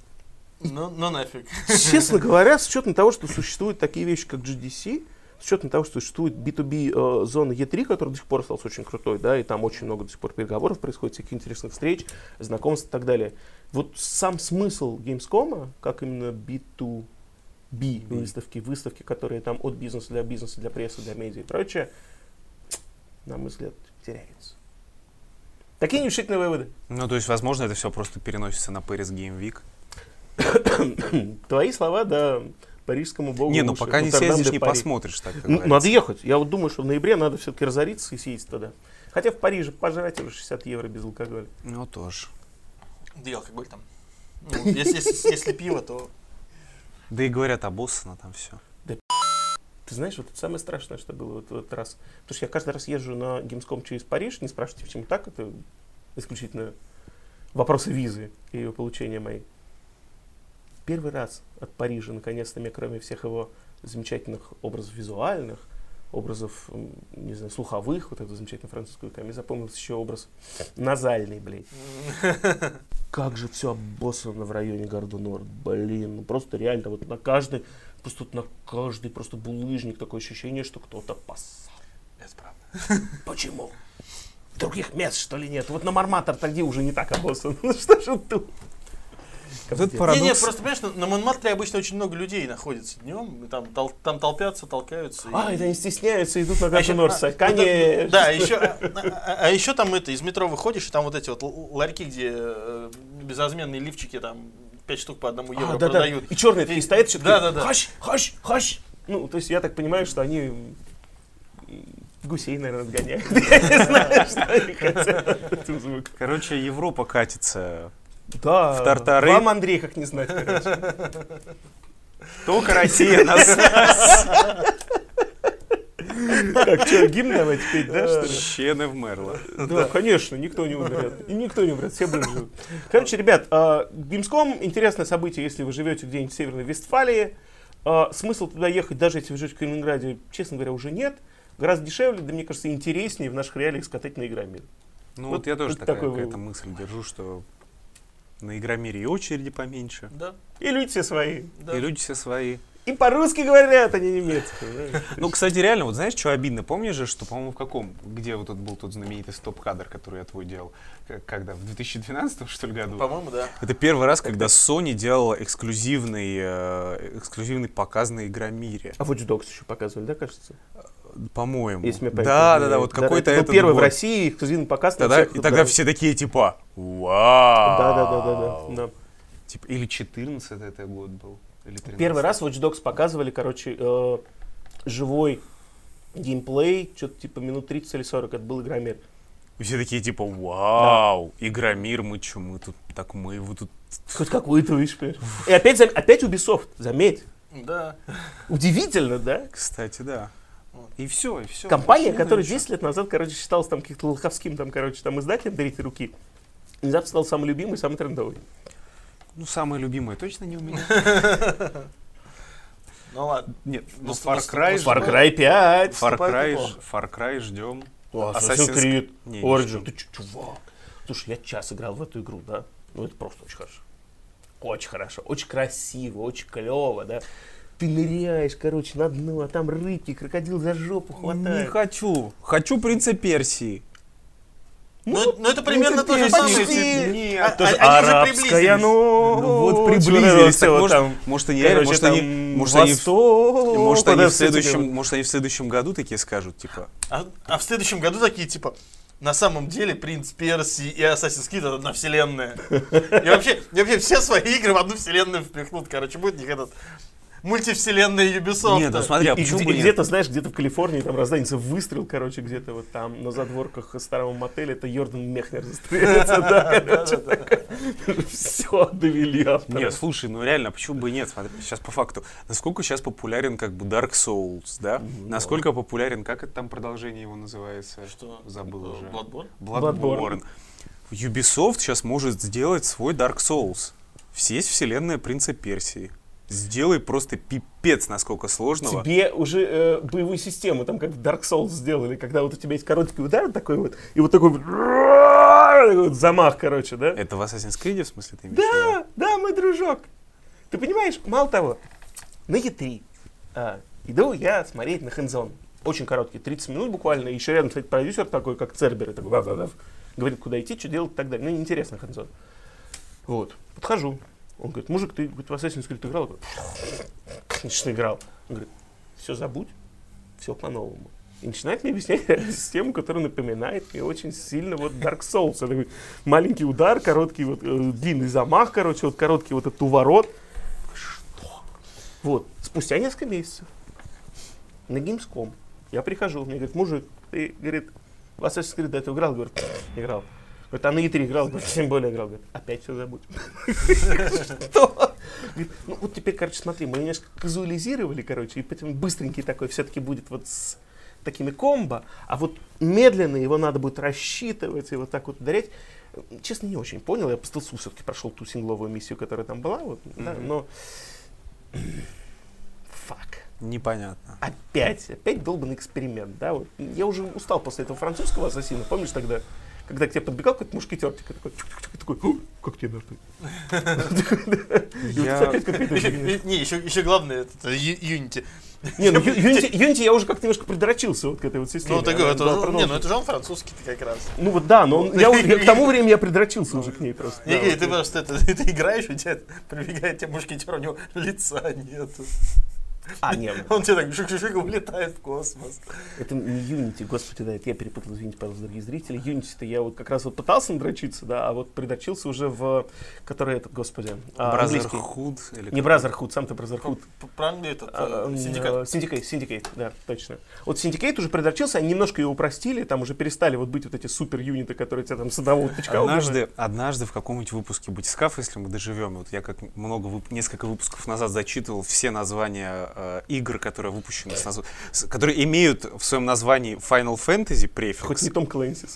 Ну, ну нафиг. Честно говоря, с учетом того, что существуют такие вещи, как джи ди си, с учетом того, что существует би ту би э, зона и три, которая до сих пор осталась очень крутой, да, и там очень много до сих пор переговоров происходит, всяких интересных встреч, знакомств и так далее. Вот сам смысл Gamescom, как именно би ту би выставки, выставки, которые там от бизнеса для бизнеса, для прессы, для медиа и прочее, на мой взгляд, теряется. Такие нерешительные выводы. Ну, то есть, возможно, это все просто переносится на Paris Game Week. Твои слова, да, парижскому богу. Не, ну уши. пока не Нотр-Дам съездишь, де не Пари. посмотришь, так как Ну, говорится. надо ехать. Я вот думаю, что в ноябре надо все-таки разориться и съездить туда. Хотя в Париже пожрать уже шестьдесят евро без алкоголя. Ну, тоже. Да и алкоголь там. Ну, если, если, если пиво, то... Да и говорят, обоссано там все. Ты знаешь, вот это самое страшное, что было вот в этот раз. Потому что я каждый раз езжу на Gamescom через Париж, не спрашивайте, почему так, это исключительно вопросы визы и ее получения моей. Первый раз от Парижа, наконец-то, мне, кроме всех его замечательных образов визуальных, образов, не знаю, слуховых, вот эту замечательную французскую камень, запомнился еще образ назальный, блядь. Как же все обоссано в районе Гардо-Норд, блин, ну просто реально, вот на каждый, просто вот на каждый просто булыжник такое ощущение, что кто-то поссал. Это правда. Почему? Других мест, что ли, нет? Вот на Монмартр тогда уже не так обоссано. Ну что же тут? Вот это Не, парадокс. не, просто, понимаешь, на, на Монмартре обычно очень много людей находится днем, и там, тол- там толпятся, толкаются. А, и... это они стесняются, идут на А еще- Гардо-Норд. а, Конечно. Да, еще, а, а- а еще там это, из метро выходишь, и там вот эти вот л- ларьки, где э, безразменные лифчики, там пять штук по одному евро А, да, да. продают. И черные такие стоят, что Да, да, да. хаш, хаш, хаш. Ну, то есть я так понимаю, что они м, гусей, наверное, отгоняют. Я не знаю, что они хотят этим звуком. Короче, Европа катится. Да, В тартары. вам, Андрей, как не знать, короче. Только Россия нас. Так, что, гимн давайте петь, да, что ли? Щены вмерла. Да, конечно, никто не умрет. И никто не умрет, все будут живы. Короче, ребят, а, Gamescom — интересное событие, если вы живете где-нибудь в Северной Вестфалии. А, Смысл туда ехать, даже если вы живете в Калининграде, честно говоря, уже нет. Гораздо дешевле, да, мне кажется, интереснее в наших реалиях скатать на Игромир. Ну Вот вот я тоже это такая такой какая-то вывод. мысль держу, что на Игромире и очереди поменьше, Да, И люди все свои. да. и люди все свои. И по-русски говорят, а не немецкие. знаешь. Ну, кстати, реально, вот знаешь, что обидно? Помнишь же, что, по-моему, в каком, где вот тут был тот знаменитый стоп-кадр, который я твой делал? К- Когда? В две тысячи двенадцатом, что ли, году? По-моему, да. Это первый раз, когда Sony делала эксклюзивный, э, эксклюзивный показ на Игромире. А Watch Dogs еще показывали, да, кажется? По-моему. Если мне память Да, не да, да, изменяет. вот какой-то это был этот первый в год. России эксклюзивный показ. на Тогда, всех, и тогда да. все такие типа вау. Да, да, да, да, да, да. Типа, или четырнадцатый это год был. Или тринадцатый. Первый раз Watch Dogs показывали, короче, э, живой геймплей, что-то типа минут тридцать или сорок, это был Игромир. И все такие типа вау, Игромир, мы что, мы тут, так мы его тут... Хоть какой-то вышпишь. И опять, зам- опять Ubisoft, заметь. Да. Удивительно, да? Кстати, да. И все, и все. Компания, которая десять лет назад, короче, считалась там каким-то лоховским, там, короче, там издателем третьей руки, внезапно стал самый любимый, самый трендовый. Ну, самое любимое точно не у меня. Ну ладно. Нет, Ну, ну, с- Far ну, с- Cry, ну, с- Far Cry пять. Far вступает Cry, неплохо. ж- Far Cry ждем. О, Assassin's Assassin's Creed, Не, не Origin. ждем. Ты чё, чувак? Слушай, я час играл в эту игру, да? Ну, это просто очень хорошо. Очень хорошо, очень красиво, очень клево, да? Ты ныряешь, короче, на дно, а там рыбки, крокодил за жопу Не хватает. хочу. Хочу принца Персии. Ну, ну, это примерно то же самое. почти. Нет. А- Тоже они уже арабская приблизились. ночь. Ну вот Вот приблизились. это Так всё может, там. может, они, Короче, может, там они, может, они, в- восток, может, они куда в все эти следующем, говорят. может, они в следующем году такие скажут, типа, А, а в следующем году такие, типа, на самом деле «Принц Персии» и «Assassin's Creed» — это одна вселенная. И вообще, и вообще все свои игры в одну вселенную впихнут. Короче, будет у них этот мультивселенная Ubisoft. нет, ну смотри, а И, почему где- бы и нет? где-то, знаешь, где-то в Калифорнии там раздается выстрел, короче, где-то вот там на задворках старого мотеля, это Йордан Мехнер застрелится, да, короче, все довели автора. Нет, слушай, ну реально, почему бы и нет? Смотри, сейчас по факту, насколько сейчас популярен как бы Dark Souls, да? Насколько популярен, как это там продолжение его называется? Что? Забыл уже. Bloodborne? Bloodborne. Ubisoft сейчас может сделать свой Dark Souls. Есть вселенная Принца Персии. Сделай просто пипец, насколько сложного. Тебе уже э, боевую систему, там как в Dark Souls сделали, когда вот у тебя есть короткий удар такой вот, и вот такой вот, такой вот замах, короче, да? Это в Assassin's Creed, в смысле, ты имеешь в виду? Да, да, мой дружок. Ты понимаешь, мало того, на и три а, иду я смотреть на хендзон. Очень короткий, тридцать минут буквально. Еще рядом, кстати, продюсер такой, как Цербер, и такой, «Бав-бав-бав», говорит, куда идти, что делать и так далее. Ну, неинтересно хендзон. Вот, подхожу. Он говорит, мужик, ты говорит, в Assassin's Creed играл? Я говорю, конечно, играл. Он говорит, все забудь, все по-новому. И начинает мне объяснять систему, которая напоминает мне очень сильно вот Dark Souls. Это такой маленький удар, короткий вот, э, длинный замах, короче, вот короткий вот этот уворот. Что? Вот, спустя несколько месяцев на Gamescom я прихожу, мне говорит, мужик, ты, говорит, в Assassin's Creed до этого играл? Говорит, играл. Говорит, а на и три играл? Говорит, тем более играл. Говорит, опять все забудь. Что? Ну вот теперь, короче, смотри, мы немножко казуализировали, короче, и поэтому быстренький такой все-таки будет вот с такими комбо, а вот медленно его надо будет рассчитывать и вот так вот ударять. Честно, не очень понял. Я по стелсу все-таки прошел ту сингловую миссию, которая там была, вот, mm-hmm. да, но... Фак. Непонятно. Опять, опять долбанный эксперимент, да, вот. Я уже устал после этого французского ассасина, помнишь тогда, когда к тебе подбегал какой-то мушкетер, такой, такой, как тебе нахуй? Не, еще главное, это Unity. Не, ну Unity я уже как-то немножко придрочился вот к этой вот системе. Ну, так это, не, ну это же он французский как раз. Ну вот да, но к тому времени я придрочился уже к ней просто. Не, ты просто ты играешь, у тебя прибегает тебе мушкетер, у него лица нету. А, нет. Он тебе так шик-шик улетает в космос. Это не Unity, господи, да, это я перепутал, извините, пожалуйста, дорогие зрители. Unity-то я вот как раз вот пытался надрочиться, да, а вот придрочился уже в, который этот, господи, Brotherhood? Не Brotherhood, сам-то Brotherhood. Про этот, Syndicate. Syndicate, Syndicate, да, точно. Вот Syndicate уже придрочился, они немножко его упростили, там уже перестали вот быть вот эти супер-юниты, которые тебя там с одного тычка Однажды, однажды в каком-нибудь выпуске Батискаф, если мы доживем, вот я как много, несколько выпусков назад зачитывал все названия игр, которые выпущены, с назв... с... которые имеют в своем названии Final Fantasy префикс. Хоть не Том Клэнси.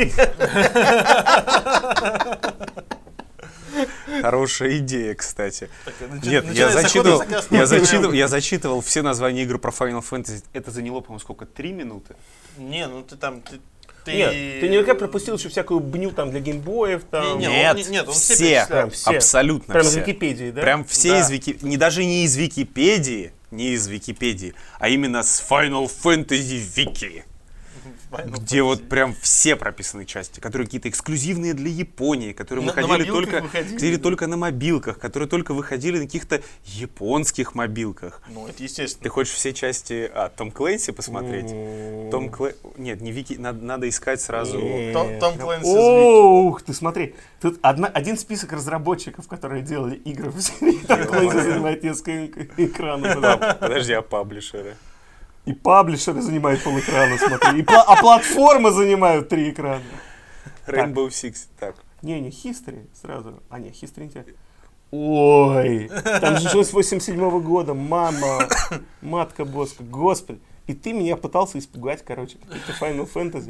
Хорошая идея, кстати. Так, Нет, я зачитывал, я, зачитывал, я зачитывал все названия игр про Final Fantasy. Это заняло, по-моему, сколько? Три минуты? Не, ну ты там... Ты... Ты... Нет, ты наверняка пропустил еще всякую бню там для геймбоев. Там. Не, нет, он, нет он все, все, все, абсолютно Прям все. из Википедии, да? Прям все да. из Википедии, не даже не из Википедии, не из Википедии, а именно с Final Fantasy Wiki. Final где Fantasy. Вот прям все прописаны части, которые какие-то эксклюзивные для Японии, которые на, выходили, на только, выходили, да. только на мобилках, которые только выходили на каких-то японских мобилках. Ну, это естественно. Ты хочешь все части а, Том Клэнси посмотреть? Mm. Том Клэ... Нет, не Вики, надо, надо искать сразу. Mm. Том, Том Клэнси. Ух, ты смотри, тут одна, один список разработчиков, которые делали игры в серии. Том Клэнси занимает несколько экранов. Подожди, а паблишеры? И паблишеры занимают полэкрана, смотри. И пла- а платформы занимают три экрана. Rainbow Six, так. Не, не, History сразу. А, не, History не тебя. Ой, там же с восемьдесят седьмого года, мама, матка боска, господи. И ты меня пытался испугать, короче, какие-то Final Fantasy.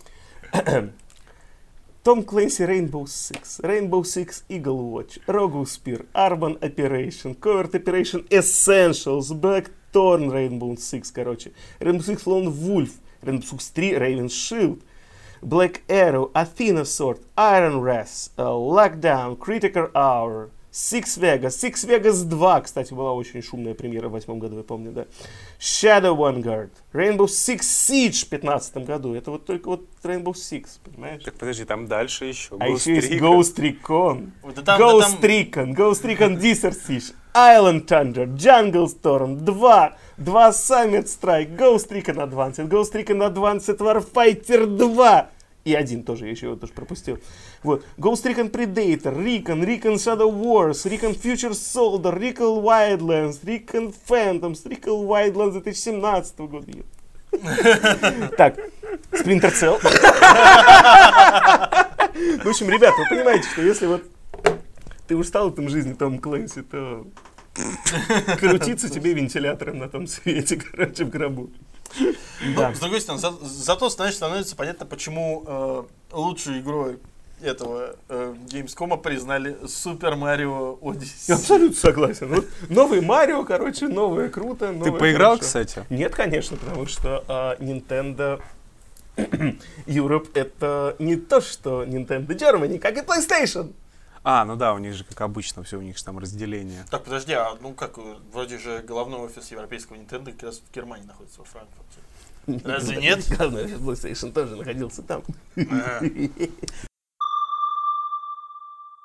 Tom Clancy Rainbow Six, Rainbow Six Eagle Watch, Rogue Spear, Urban Operation, Covert Operation Essentials, Blackthorn Rainbow Six, короче, Rainbow Six Lone Wolf, Rainbow Six три Raven's Shield, Black Arrow, Athena Sword, Iron Wrath, uh, Lockdown, Critical Hour, Six Vegas, Six Vegas два, кстати, была очень шумная премьера в восьмом году, я помню, да. Shadow Vanguard, Rainbow Six Siege в пятнадцатом году, это вот только вот Rainbow Six, понимаешь? Так подожди, там дальше еще. А еще есть Ghost Recon, да там, Ghost да там... Recon, Ghost Recon Desert Siege, Island Thunder, Jungle Storm два, два Summit Strike, Ghost Recon Advanced, Ghost Recon Advanced Warfighter два. И один тоже, я еще его тоже пропустил. Вот. Ghost Recon Predator, Recon, Recon Shadow Wars, Recon Future Soldier, Recon Wildlands, Recon Phantoms, Recon Wildlands две тысячи семнадцатого года. Так, Splinter Cell. В общем, ребята, вы понимаете, что если вот ты устал от жизни Том Клэнси, то крутиться тебе вентилятором на том свете, короче, в гробу. Ну, да. С другой стороны, за, зато значит, становится понятно, почему э, лучшей игрой этого э, Gamescom признали Super Mario Odyssey. Я абсолютно согласен. Вот новый Марио, короче, новое круто. Новое, Ты поиграл, хорошо. Кстати? Нет, конечно, потому что э, Nintendo Europe это не то, что Nintendo Germany, как и PlayStation. А, ну да, у них же, как обычно, все у них же там разделение. Так, подожди, а ну как, вроде же головной офис европейского Nintendo как раз в Германии находится, во Франкфурте. Разве нет? Головной офис PlayStation тоже находился там.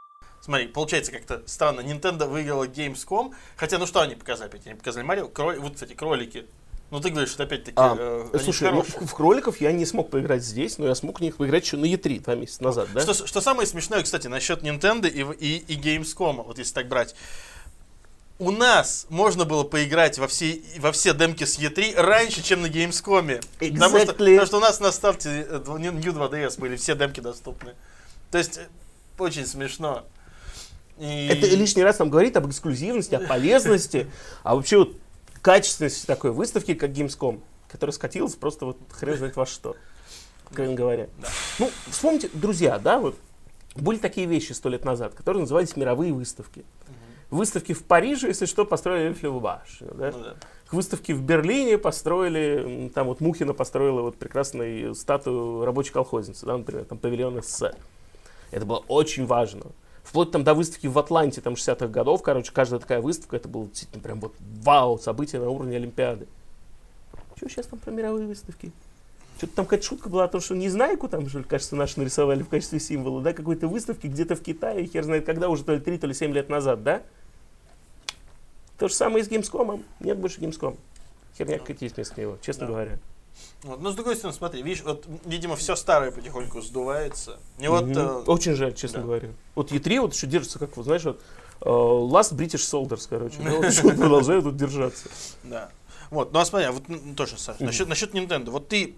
смотри, получается как-то странно. Nintendo выиграла Gamescom, хотя, ну что они показали опять? Они показали Марио, кроль, вот, кстати, кролики. Ну ты говоришь, что опять-таки А, э, слушай, ну, в, в кроликов я не смог поиграть здесь, но я смог в них поиграть еще на и три два месяца назад, да? Что, что самое смешное, кстати, насчет Nintendo и, и, и Gamescom, вот если так брать. У нас можно было поиграть во все, во все демки с и три раньше, чем на Gamescom. Exactly. Потому, что, потому что у нас на старте New два ди эс были все демки доступны. То есть, очень смешно. И... Это лишний раз нам говорит об эксклюзивности, о полезности, а вообще вот качественности такой выставки, как Gamescom, которая скатилась просто вот хрен знает во что, откровенно говоря. Да. Ну, вспомните, друзья, да, вот были такие вещи сто лет назад, которые назывались мировые выставки. Угу. Выставки в Париже, если что, построили Эйфелеву башню, да? Ну, да. Выставки в Берлине построили, там вот Мухина построила вот прекрасную статую рабочей колхозницы, да, например, там павильон СССР. Это было очень важно. Вплоть там до выставки в Атланте, там, шестидесятых годов, короче, каждая такая выставка, это было действительно прям вот вау, событие на уровне Олимпиады. Что сейчас там про мировые выставки? Что-то там какая-то шутка была о том, что Незнайку там, что ли, кажется, наши нарисовали в качестве символа, да, какой-то выставки где-то в Китае, хер знает когда, уже то ли три, то ли семь лет назад, да? То же самое и с Gamescom. Нет больше Gamescom. Херня какая-то есть вместо него, честно да. говоря. Вот, но с другой стороны, смотри, видишь, вот, видимо, все старое потихоньку сдувается. И вот, mm-hmm. э... Очень жаль, честно да. говоря. Вот и три вот еще держится, как, вот, знаешь, вот, uh, Last British Soldiers, короче. Да, вот еще продолжают тут держаться. Да. Вот, ну а смотри, вот ну, тоже, Саш, mm-hmm. насчет, насчет Nintendo. Вот ты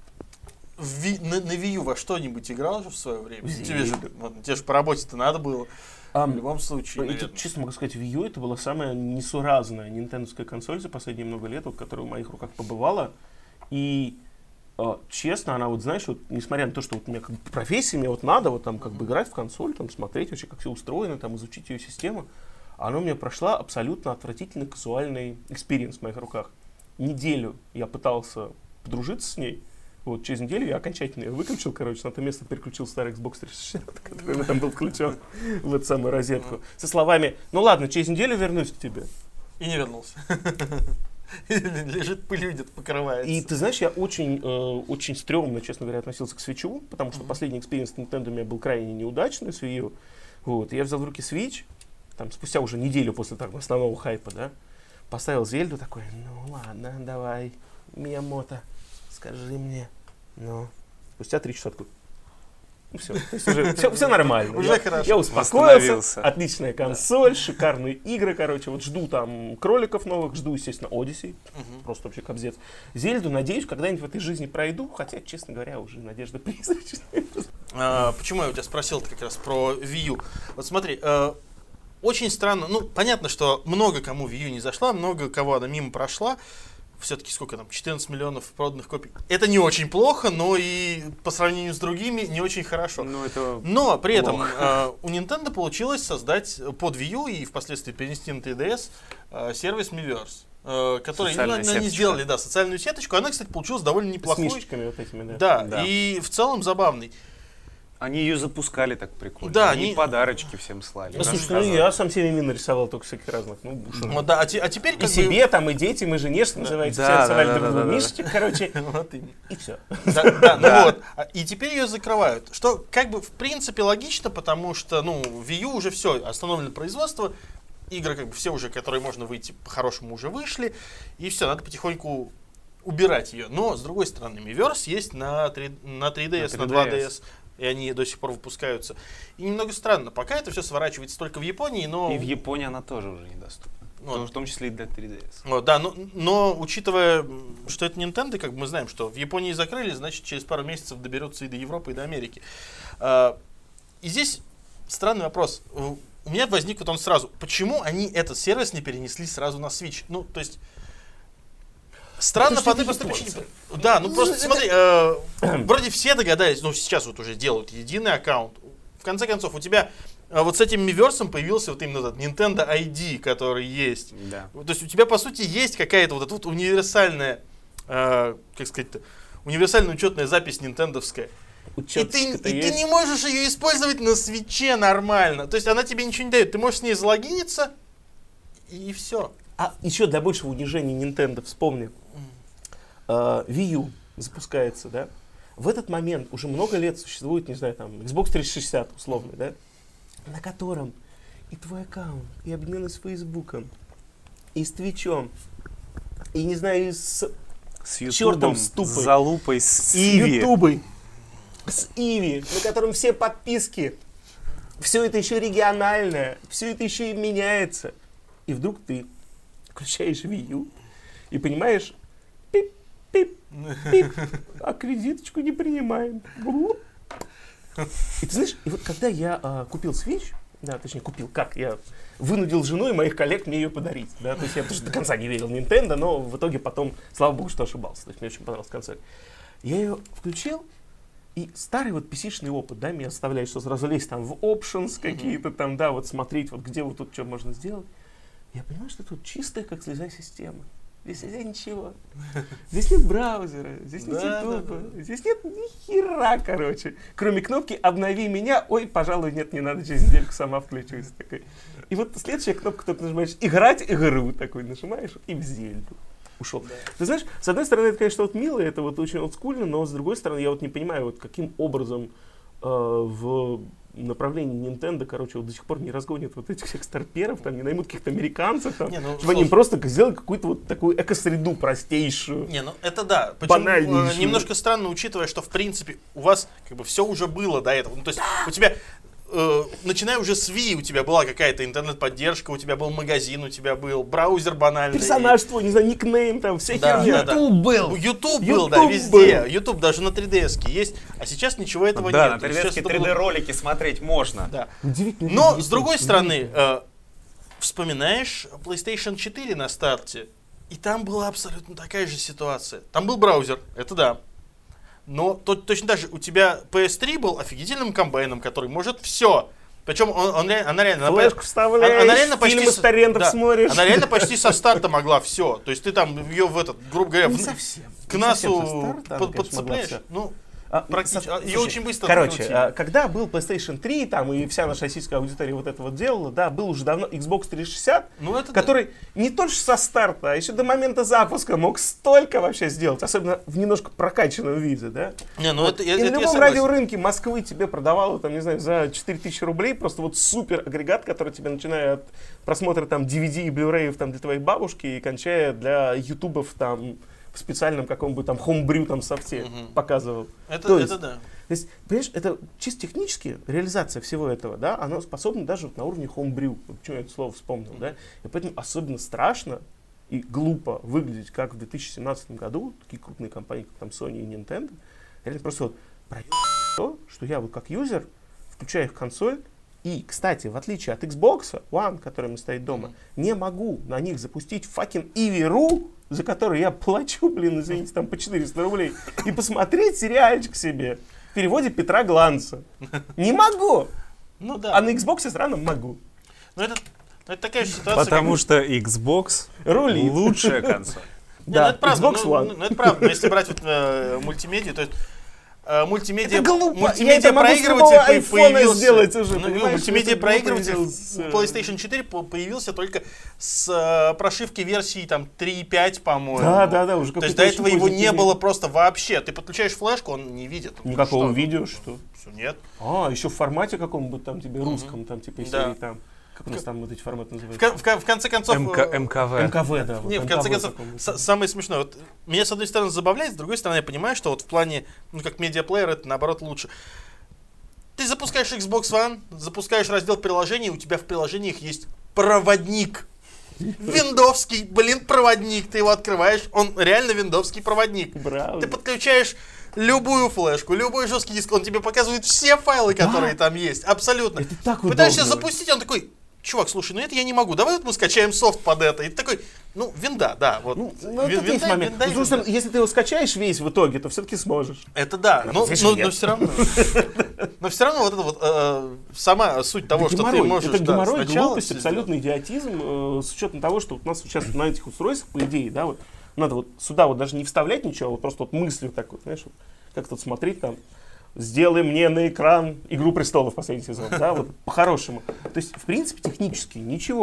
в, на, на Wii U во что-нибудь играл же в свое время? Тебе же, вот, тебе же по работе-то надо было. Um, в любом случае, это, честно могу сказать, Wii U это была самая несуразная нинтендовская консоль за последние много лет, вот, которая в моих руках побывала. И э, честно, она вот, знаешь, вот, несмотря на то, что вот, у меня как бы профессия, мне вот надо вот там как бы играть в консоль, там смотреть вообще, как все устроено, там изучить ее систему, она у меня прошла абсолютно отвратительный казуальный экспириенс в моих руках. Неделю я пытался подружиться с ней. Вот, через неделю я окончательно ее выключил, короче, на то место переключил старый Xbox триста шестьдесят, который там был включен в эту самую розетку, со словами: ну ладно, через неделю вернусь к тебе. И не вернулся. Лежит пылью, где-то покрывается. И ты знаешь, я очень, э, очень стрёмно, честно говоря, относился к Switch'у, потому что mm-hmm. последний экспириенс Nintendo у меня был крайне неудачный с Wii U. Вот, я взял в руки Switch, там, спустя уже неделю после так, основного хайпа, да, поставил Зельду, такой: ну ладно, давай, Миямото, скажи мне, ну, спустя три часа такой: ну все, то есть уже все, все нормально. Уже я, хорошо. Я успокоился, отличная консоль, да. шикарные игры, короче, вот жду там кроликов новых, жду, естественно, Odyssey, угу. просто вообще кобзец. Зельду, надеюсь, когда-нибудь в этой жизни пройду, хотя, честно говоря, уже надежда призрачная. А, почему я у тебя спросил как раз про Wii U? Вот смотри, э, очень странно, ну, понятно, что много кому Wii U не зашла, много кого она мимо прошла. Все-таки сколько там, четырнадцать миллионов проданных копий. Это не очень плохо, но и по сравнению с другими не очень хорошо. Но, это но при этом э, у Nintendo получилось создать под Wii U и впоследствии перенести на три ди эс э, сервис Miiverse, э, который ну, они сделали, да, социальную сеточку. Она, кстати, получилась довольно неплохой. С мишечками вот этими, да. Да, да. И в целом забавный. Они ее запускали так прикольно. Да, они они подарочки всем слали. Ну, слушай, ну, я сам себе мин нарисовал только всяких разных. Ну, ну, да, а, те, а теперь как и бы... себе, там, и детям, и жене, что да. называется. Да, все да, рисовали да, друг другу да, да, мишечек, короче. Вот и все. Да, да, ну вот. И теперь ее закрывают. Что как бы в принципе логично, потому что, ну, Wii U уже все, остановлено производство. Игры как бы все уже, которые можно выйти по-хорошему, уже вышли. И все, надо потихоньку убирать ее. Но, с другой стороны, Miiverse есть на, три, на три ди эс, на, на два ди эс. И они до сих пор выпускаются. И немного странно, пока это все сворачивается только в Японии, но... И в Японии она тоже уже недоступна. Вот. В том числе и для три ди эс. Вот, да, но, но учитывая, что это Nintendo, как бы мы знаем, что в Японии закрыли, значит, через пару месяцев доберутся и до Европы, и до Америки. И здесь странный вопрос. У меня возник вот он сразу. Почему они этот сервис не перенесли сразу на Switch? Ну, то есть... Странно по одной простой причине. Да, ну просто смотри, э, вроде все догадались, ну сейчас вот уже делают единый аккаунт. В конце концов, у тебя э, вот с этим Miiverse появился вот именно этот Nintendo ай ди, который есть. Да. То есть у тебя, по сути, есть какая-то вот эта вот универсальная, э, как сказать-то, универсальная учетная запись нинтендовская. И, ты, и ты не можешь ее использовать на Switch'е нормально. То есть она тебе ничего не дает. Ты можешь с ней залогиниться, и все. А еще для большего унижения Nintendo, вспомни, uh, Wii U запускается, да? В этот момент уже много лет существует, не знаю, там, Xbox триста шестьдесят условный, да? на котором и твой аккаунт, и объединенный с Фейсбуком, и с Твичом, и, не знаю, и с... С чертом Ютубом, с с тупой. залупой, с с Иви. Ютубой, с Иви, на котором все подписки, все это еще региональное, все это еще и меняется. И вдруг ты включаешь Wii U и понимаешь, пип-пип, пип, а кредиточку не принимаем. И ты знаешь, и вот когда я а, купил Switch, да, точнее купил, как, я вынудил жену и моих коллег мне ее подарить, да, то есть я потому что до конца не верил в Nintendo, но в итоге потом, слава богу, что ошибался, то есть мне очень понравилась консоль. Я ее включил, и старый вот пи си-шный опыт, да, меня оставляет, что сразу лезть там в options какие-то там, да, вот смотреть, вот где вот тут что можно сделать. Я понимаю, что тут чистая, как слеза, система. Здесь нельзя ничего. Здесь нет браузера, здесь нет Да, ютуба, да, да. здесь нет ни хера, короче. Кроме кнопки «Обнови меня», ой, пожалуй, нет, не надо, через недельку сама включусь. Такой. И вот следующая кнопка, ты нажимаешь «Играть игру», такой нажимаешь, и в Зельду ушел. Да. Ты знаешь, с одной стороны, это, конечно, вот мило, это вот очень олдскульно, но с другой стороны, я вот не понимаю, вот каким образом э, в направлении Nintendo, короче, вот до сих пор не разгонят вот этих всех старперов, там, не наймут каких-то американцев, там, Не, ну, чтобы они им просто сделали какую-то вот такую экосреду простейшую. Не, ну это да. Причем Банальнейшую. э, немножко странно, учитывая, что в принципе у вас как бы все уже было до этого. Ну, то есть у тебя, э, начиная уже с Wii, у тебя была какая-то интернет-поддержка, у тебя был магазин, у тебя был браузер банальный. Персонаж твой, не знаю, никнейм, там, вся Да, херня. да, да. YouTube был. YouTube был, YouTube да, везде. был. YouTube даже на три ди эс-ке есть, а сейчас ничего этого Да, нет. на Сейчас 3D-ке это три было- дэ-ролики смотреть можно. Да. Удивительно. Но, люди с другой действуют. стороны, э, вспоминаешь PlayStation четыре на старте, и там была абсолютно такая же ситуация. Там был браузер, это да. Но то- точно так же у тебя пи эс три был офигительным комбайном, который может все. Причем он, он ре- она реально... она Флешку по- вставляешь, она реально почти фильмы с- с торрентов да, смотришь. Она реально почти со старта могла все. То есть ты там ее в этот, грубо говоря, Не в- совсем. к Не насу совсем со старта она, под- конечно, могла подцепляешь. всё. Ну, А, практически. со- Ее слушай, очень быстро Короче, накрутили. а, когда был PlayStation три, там, и вся наша российская аудитория вот это вот делала, да, был уже давно Xbox триста шестьдесят, Ну, это да. который не только со старта, а еще до момента запуска мог столько вообще сделать, особенно в немножко прокачанном виде, да. Не, ну Вот. это, я- И это на я любом согласен. радиорынке Москвы тебе продавало, там, не знаю, за четыре тысячи рублей просто вот супер агрегат, который тебе, начиная от просмотра там ди ви ди и блюреев там для твоей бабушки и кончая для ютубов там в специальном каком-бы там хомбрю там софте Мгм. показывал. Это, То это есть, да. То есть, понимаешь, это чисто технически реализация всего этого, да, она способна даже вот на уровне homebrew. Вот почему я это слово вспомнил, да. И поэтому особенно страшно и глупо выглядеть, как в две тысячи семнадцатом году такие крупные компании, как там Sony и Nintendo, реально просто вот проеб то, что я вот как юзер включаю их консоль, и, кстати, в отличие от Xbox One, который у меня стоит дома, не могу на них запустить fucking Иви.ру, за который я плачу, блин, извините, там по четыреста рублей, и посмотреть сериальчик себе в переводе Петра Гланца. Не могу! Ну да. А на Xbox сразу могу. Ну это, ну, это такая же ситуация, Потому как... что Xbox Рулит. лучшая консоль. Не, Да, ну это правда, Xbox ну, One. ну, ну, это правда, но если брать вот э, мультимедиа, то есть э, мультимедиа, Это глупо. Я мультимедиа это могу с проигрыватель любого по- айфона появился, сделать уже, ну, понимаешь, мультимедиа это проигрыватель глупо в с- PlayStation четыре по- появился только с э, прошивки версии там три и пять, по-моему. Да, да, да, уже То есть какой-то до очень этого его поздний не период. было просто вообще. Ты подключаешь флешку, он не видит. Ну, Никакого что? видео, что? Всё, нет. А, еще в формате каком-нибудь там тебе русском, там типа из Да. серии там. Как у нас там вот эти форматы В, называются? кон- в кон- в конце концов... МК, э, МКВ. МКВ, да. вот Не, в конце МКВ концов, каком-нибудь. с- самое смешное, вот меня с одной стороны забавляет, с другой стороны я понимаю, что вот в плане, ну как медиаплеер это наоборот лучше. Ты запускаешь Xbox One, запускаешь раздел приложений, у тебя в приложениях есть проводник. Виндовский, блин, проводник. Ты его открываешь, он реально виндовский проводник. Браузер. Ты подключаешь любую флешку, любой жесткий диск, он тебе показывает все файлы, которые там есть, абсолютно. Это так Пытаешься удобно. запустить, он такой: чувак, слушай, ну это я не могу, давай вот мы скачаем софт под это. И ты такой, ну, винда, да, вот. Ну, ну, Вин- тут есть винда- момент. винда и Потому что винда. если ты его скачаешь весь в итоге, то все-таки сможешь. Это да, но, слышишь, но, нет. все равно. Но все равно вот это вот э, сама суть того, Это что ты геморрой. можешь Это да, геморрой, сначала глупость, всё абсолютный идиотизм, э, с учетом того, что вот у нас сейчас на этих устройствах, по идее, да, вот надо вот сюда вот даже не вставлять ничего, а вот просто вот мыслью так вот, знаешь, вот, как тут смотреть там, сделай мне на экран «Игру престолов» последний сезон, да, вот по-хорошему. То есть, в принципе, технически ничего.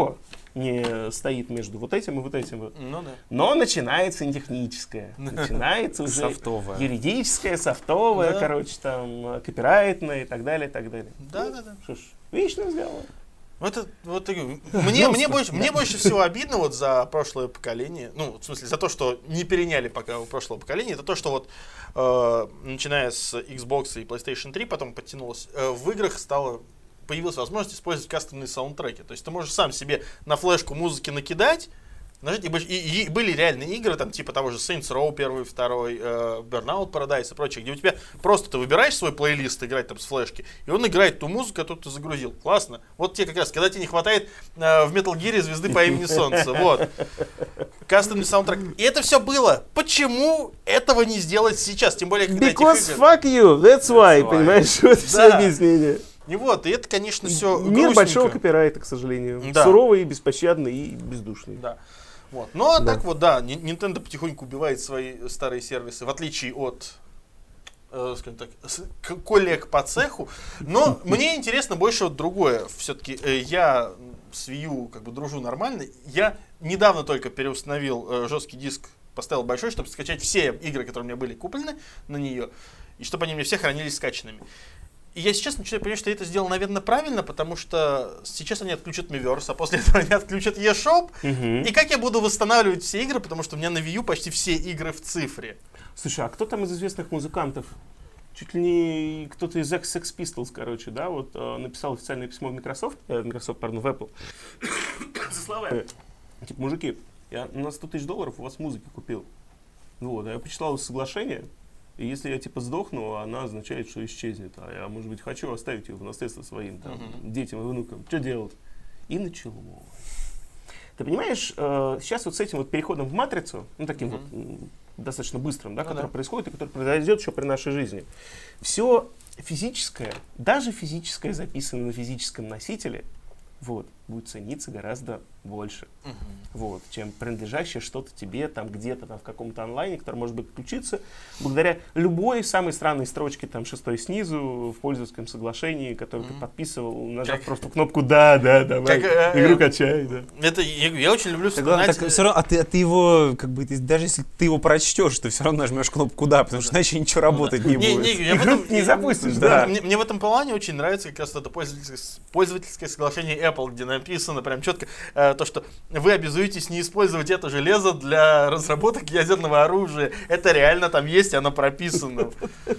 не стоит между вот этим и вот этим. Вот. Ну да. Но начинается не техническое. Начинается уже Софтовое. юридическое, софтовое, Да. короче, там, копирайтное и так далее, и так далее. Да, да, да. Что ж, вечно разговор. Вот это, вот я говорю, мне, мне, больше, мне больше всего обидно вот за прошлое поколение, ну, в смысле, за то, что не переняли пока у прошлого поколения, это то, что вот, э, начиная с Xbox и PlayStation три, потом подтянулось, э, в играх стало, появилась возможность использовать кастомные саундтреки. То есть ты можешь сам себе на флешку музыки накидать, нажать, и, больше- и- и были реальные игры, там, типа того же Saints Row первый, второй, э, Burnout Paradise и прочее, где у тебя просто ты выбираешь свой плейлист, играть там с флешки, и он играет ту музыку, которую ты загрузил. Классно. Вот тебе как раз, когда тебе не хватает э, в Metal Gear звезды по имени Солнце. Вот. Кастомный саундтрек. И это все было. Почему этого не сделать сейчас? Тем более, когда Because этих игр... fuck you, that's why, why. понимаешь, вот все Да. объяснение. И вот, и это, конечно, все Мир большого копирайта, к сожалению. Да. Суровый, беспощадный и бездушный. Да. Вот. Ну, а Да. так вот, да, Ни- Nintendo потихоньку убивает свои старые сервисы, в отличие от, э, скажем так, с- к- коллег по цеху. Но мне интересно больше вот другое. Все-таки э, я с Wii U как бы дружу нормально. Я недавно только переустановил э, жесткий диск, поставил большой, чтобы скачать все игры, которые у меня были куплены на нее, и чтобы они мне все хранились скачанными. И я сейчас начинаю понимать, что я это сделал, наверное, правильно, потому что сейчас они отключат Miiverse, а после этого они отключат eShop. Мгм. И как я буду восстанавливать все игры, потому что у меня на Wii U почти все игры в цифре. Слушай, а кто там из известных музыкантов? Чуть ли не кто-то из Sex Pistols, короче, да, вот э, написал официальное письмо в Microsoft, э, Microsoft, пардон, в Apple. Со словами, типа, мужики, я на сто тысяч долларов у вас музыки купил. Вот, а я почитал соглашение, и если я, типа, сдохну, она означает, что исчезнет. А я, может быть, хочу оставить ее в наследство своим там, Мгм. детям и внукам. Что делать? И началось. Ты понимаешь, э, сейчас вот с этим вот переходом в матрицу, ну, таким Мгм. вот м, достаточно быстрым, да, Ну который да. происходит и который произойдет еще при нашей жизни, все физическое, даже физическое, записанное на физическом носителе, вот, будет цениться гораздо больше, вот, чем принадлежащее что-то тебе там где-то там в каком-то онлайне, который может быть включиться благодаря любой самой странной строчке там шестой снизу в пользовательском соглашении, который ты Мгм. подписывал, нажав Как- просто кнопку «Да, да, давай, Как, э, игру э, качай», да. Это я, я очень люблю Так, главное, вспоминать. так, всё равно, а, ты, а ты его, как бы, ты- даже если ты его прочтешь, ты все равно нажмешь кнопку «Да», потому что иначе ничего работать не Не, будет. не, я в Игру этом- не я- запустишь, да. да. Мне, мне в этом плане очень нравится как раз это пользовательское, с- пользовательское соглашение Apple, где написано прям четко э, то, что вы обязуетесь не использовать это железо для разработок ядерного оружия. Это реально там есть, оно прописано.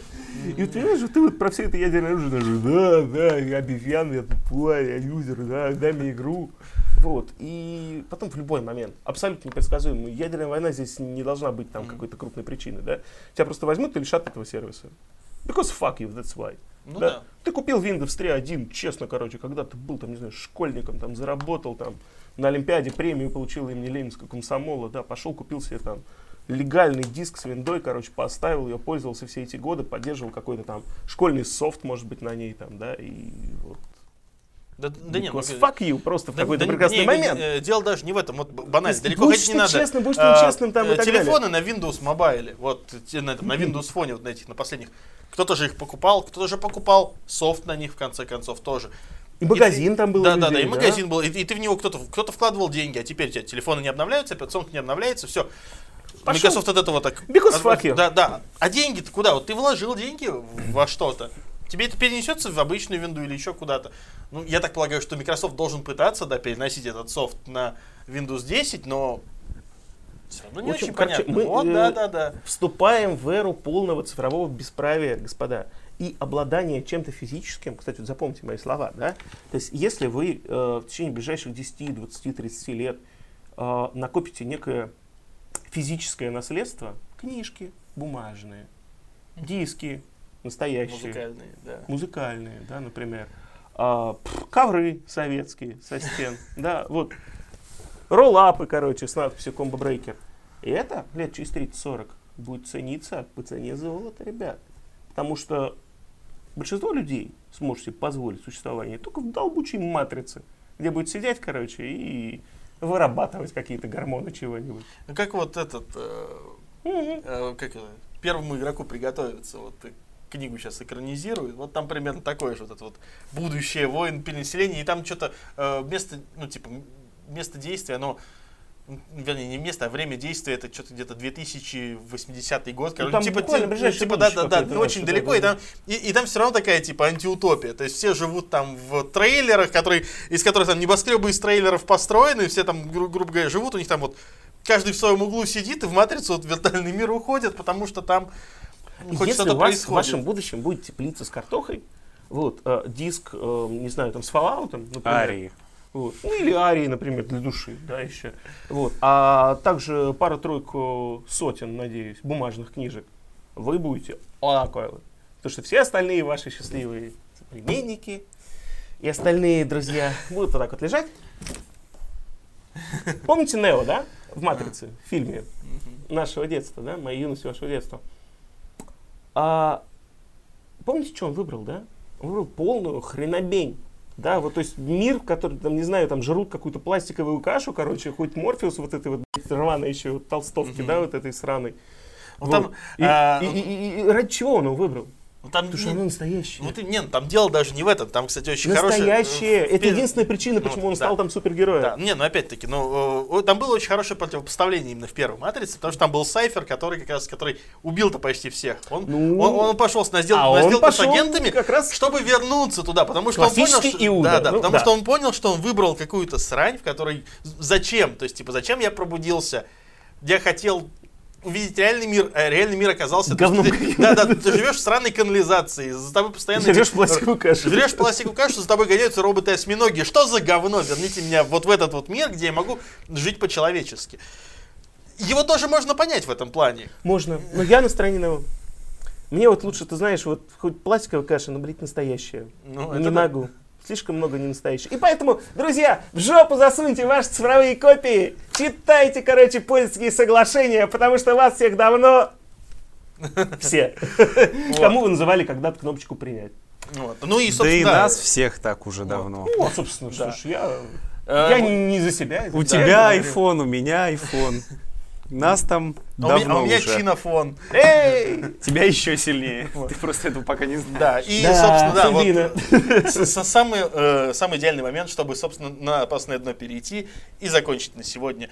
И вот понимаешь, вот ты вот про все это ядерное оружие даже, да, да, я обезьян, я тупой, я юзер, да, дай мне игру. Вот, и потом в любой момент, абсолютно непредсказуемо, ядерная война здесь не должна быть там Мгм. какой-то крупной причиной, да. Тебя просто возьмут и лишат этого сервиса. Because fuck you, that's why. Ну да? да. Ты купил Windows три один, честно, короче, когда ты был там, не знаю, школьником, там, заработал там на Олимпиаде премию, получил имени Ленинского комсомола, да, пошел, купил себе там легальный диск с виндой, короче, поставил ее, пользовался все эти годы, поддерживал какой-то там школьный софт, может быть, на ней там, да, и вот. Да, да нет, Because ну, fuck you, просто в да- какой-то да прекрасный не, момент. э, дело даже не в этом, вот б- банально, Если далеко будешь ходить не ты надо. честным, будешь ты А, нечестным там и э, так телефоны на Windows Mobile, вот те- на, этом, на Windows Phone, вот на этих, на последних, кто-то же их покупал, кто-то же покупал софт на них, в конце концов, тоже. И магазин там был. у Да, да, да, людей, и магазин был, и, и ты в него кто-то, кто-то вкладывал деньги, а теперь у тебя телефоны не обновляются, операционка не обновляется, все. Пошел. Microsoft от этого так... Because от- fuck you. Да, да. А деньги-то куда? Вот ты вложил деньги во что-то. Тебе это перенесется в обычную винду или еще куда-то. Ну, я так полагаю, что Microsoft должен пытаться, да, переносить этот софт на Windows десять, но все равно не В общем, очень короче, понятно. мы, Вот, э, да, да, да. Вступаем в эру полного цифрового бесправия, господа. И обладание чем-то физическим, кстати, вот запомните мои слова, да? То есть, если вы э, в течение ближайших десяти, двадцати, тридцати лет э, накопите некое физическое наследство, книжки бумажные, диски настоящие, Музыкальные, да. музыкальные, да, например, а, пф, ковры советские со стен, да, вот, роллапы, короче, с надписью Combo Breaker. И это лет через тридцать-сорок будет цениться по цене золота, ребят. Потому что большинство людей сможет себе позволить существование только в долбучей матрице, где будет сидеть, короче, и вырабатывать какие-то гормоны чего-нибудь. Ну, как вот этот, э, Мгм. э, как это, первому игроку приготовиться, вот э, книгу сейчас экранизируют, вот там примерно такое же, вот это вот будущее, войн, перенаселение, и там что-то э, вместо, ну, типа, место действия, оно, вернее, не место, а время действия, это что-то где-то две тысячи восьмидесятый год. Ну, там типа, буквально ти- типа да, да, да, какое-то, очень да, далеко, да, и, там, и, и там все равно такая, типа, антиутопия. То есть все живут там в трейлерах, которые, из которых там небоскребы из трейлеров построены, все там, гру- грубо говоря, живут, у них там вот каждый в своем углу сидит, и в матрицу вот в виртуальный мир уходят, потому что там хоть Если что-то у вас происходит. в вашем будущем будет теплица с картохой, вот, э, диск, э, не знаю, там, с Fallout, например. Арии. Вот. Ну, или арии, например, для души, да, еще. Вот. А также пара-тройку сотен, надеюсь, бумажных книжек. Вы будете около. Потому что все остальные ваши счастливые соплеменники и остальные друзья будут вот так вот лежать. Помните Нео, да? В «Матрице», в фильме нашего детства, да? Моей юности, вашего детства. А помните, что он выбрал, да? Он выбрал полную хренобень. Да, вот, то есть мир, в котором, там, не знаю, там жрут какую-то пластиковую кашу, короче, хоть Морфеус вот этой вот рваной еще вот, толстовки, mm-hmm. да, вот этой сраной. Ну, вот. там, и, а, и, и, и, и ради чего он его выбрал? Ну, там Потому не, что оно настоящее. Вот, нет, там дело даже не в этом. Там, кстати, очень настоящее. хорошее... Это единственная причина, почему ну, он да. стал там супергероем. Да, не, ну опять-таки, ну, э, там было очень хорошее противопоставление именно в первой «Матрице», потому что там был Сайфер, который как раз, который убил-то почти всех. Он, ну, он, он пошел на сделку, а на он сделку с пошел агентами, как раз чтобы вернуться туда, потому что он понял, что, Иуда. да, да, Ну, потому да. что он понял, что он выбрал какую-то срань, в которой зачем, то есть типа зачем я пробудился, я хотел увидеть реальный мир, а реальный мир оказался... Говном. Ты, да, да, ты живешь в сраной канализации, за тобой постоянно... Жрешь пластиковую кашу. Жрешь пластиковую кашу, за тобой гоняются роботы-осьминоги. Что за говно? Верните меня вот в этот вот мир, где я могу жить по-человечески. Его тоже можно понять в этом плане. Можно, но я на стороне Нео. Мне вот лучше, ты знаешь, вот хоть пластиковая каша, но, блядь, настоящая. Ну, не это могу. Слишком много не настоящих. И поэтому, друзья, в жопу засуньте ваши цифровые копии. Читайте, короче, польские соглашения, потому что вас всех давно... Все. Кому вы называли когда-то кнопочку принять. Вот. Ну и, Да и собственно... нас всех так уже давно. Ну, а, собственно, что Да. ж, я... Э, Я вот. не не за себя. У я тебя говорю. айфон, у меня айфон. Нас там А у меня, а давно у меня уже. чинофон. Эй! Тебя еще сильнее. Ты просто этого пока не знаешь. Да, и, Да, собственно, да, Сабина. вот с- с- самый, э, самый идеальный момент, чтобы, собственно, на опасное дно перейти и закончить на сегодня.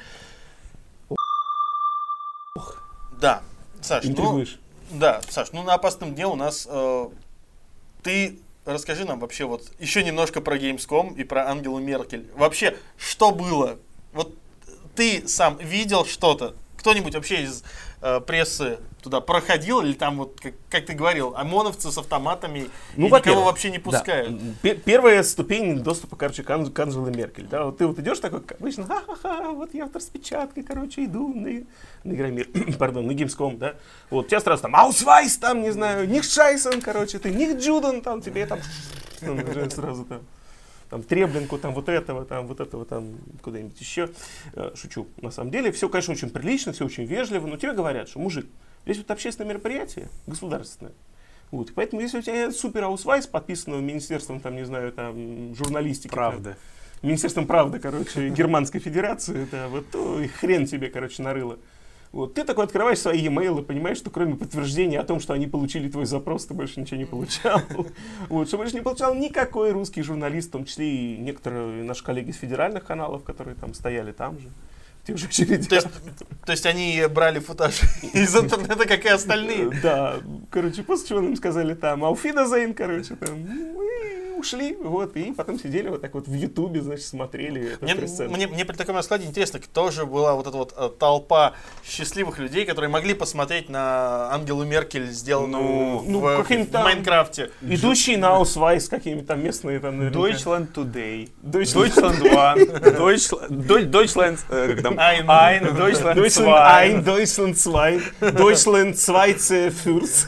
Да, Саш, ну, Интригуешь. да, Саш, ну на опасном дне у нас э, ты расскажи нам вообще вот еще немножко про Gamescom и про Ангелу Меркель. Вообще, что было? Вот ты сам видел что-то? Кто-нибудь вообще из э, прессы туда проходил, или там вот, как, как ты говорил, ОМОНовцы с автоматами, Ну, и никого во-первых, вообще не да. пускают? Пе- Первая ступень доступа, короче, к, Анж- к Анжеле Меркель. Да? Вот ты вот идешь такой, как обычно, ха-ха-ха, вот я в распечаткой, короче, иду на, на Игромир, пардон, на Gamescom, да. Вот, тебя сразу там Аусвайс, там, не знаю, Них Шайсон, короче, ты Них Джуден, там, тебе там, ну, уже сразу там. Там Треблинку, там вот этого, там вот этого, там куда-нибудь еще. Э, Шучу. На самом деле, все, конечно, очень прилично, все очень вежливо, но тебе говорят, что, мужик, здесь вот общественное мероприятие, государственное. Вот. И поэтому, если у тебя супер аусвайс, подписанного Министерством, там, не знаю, там, журналистики. Правда. Там, Министерством правды, короче, Германской Федерации, да, вот то и хрен тебе, короче, нарыло. Вот. Ты такой открываешь свои e-mail и понимаешь, что кроме подтверждения о том, что они получили твой запрос, ты больше ничего не получал. Вот. Что больше не получал никакой русский журналист, в том числе и некоторые наши коллеги из федеральных каналов, которые там стояли там же. В тех же очередях. То есть, то есть они брали футаж из интернета, как и остальные? Да, короче, после чего нам сказали там Ауфидазейн, короче, там, и ушли, вот, и потом сидели вот так вот в Ютубе, значит, смотрели эту Мне, пресс-центр. мне, мне при таком раскладе интересно, кто же была вот эта вот э, толпа счастливых людей, которые могли посмотреть на Ангелу Меркель, сделанную Ну, ну, в, каким-то в там- Майнкрафте. Идущие на Аусвайс, какими-то там местные там, наверняка. Deutschland Today. Deutschland. Deutschland One. Deutschland, Deu- Deutschland, э, как там? Ein. Ein, Deutschland Deutschland ein, zwei. Deutschland zwei, Deutschland zweite Fürst.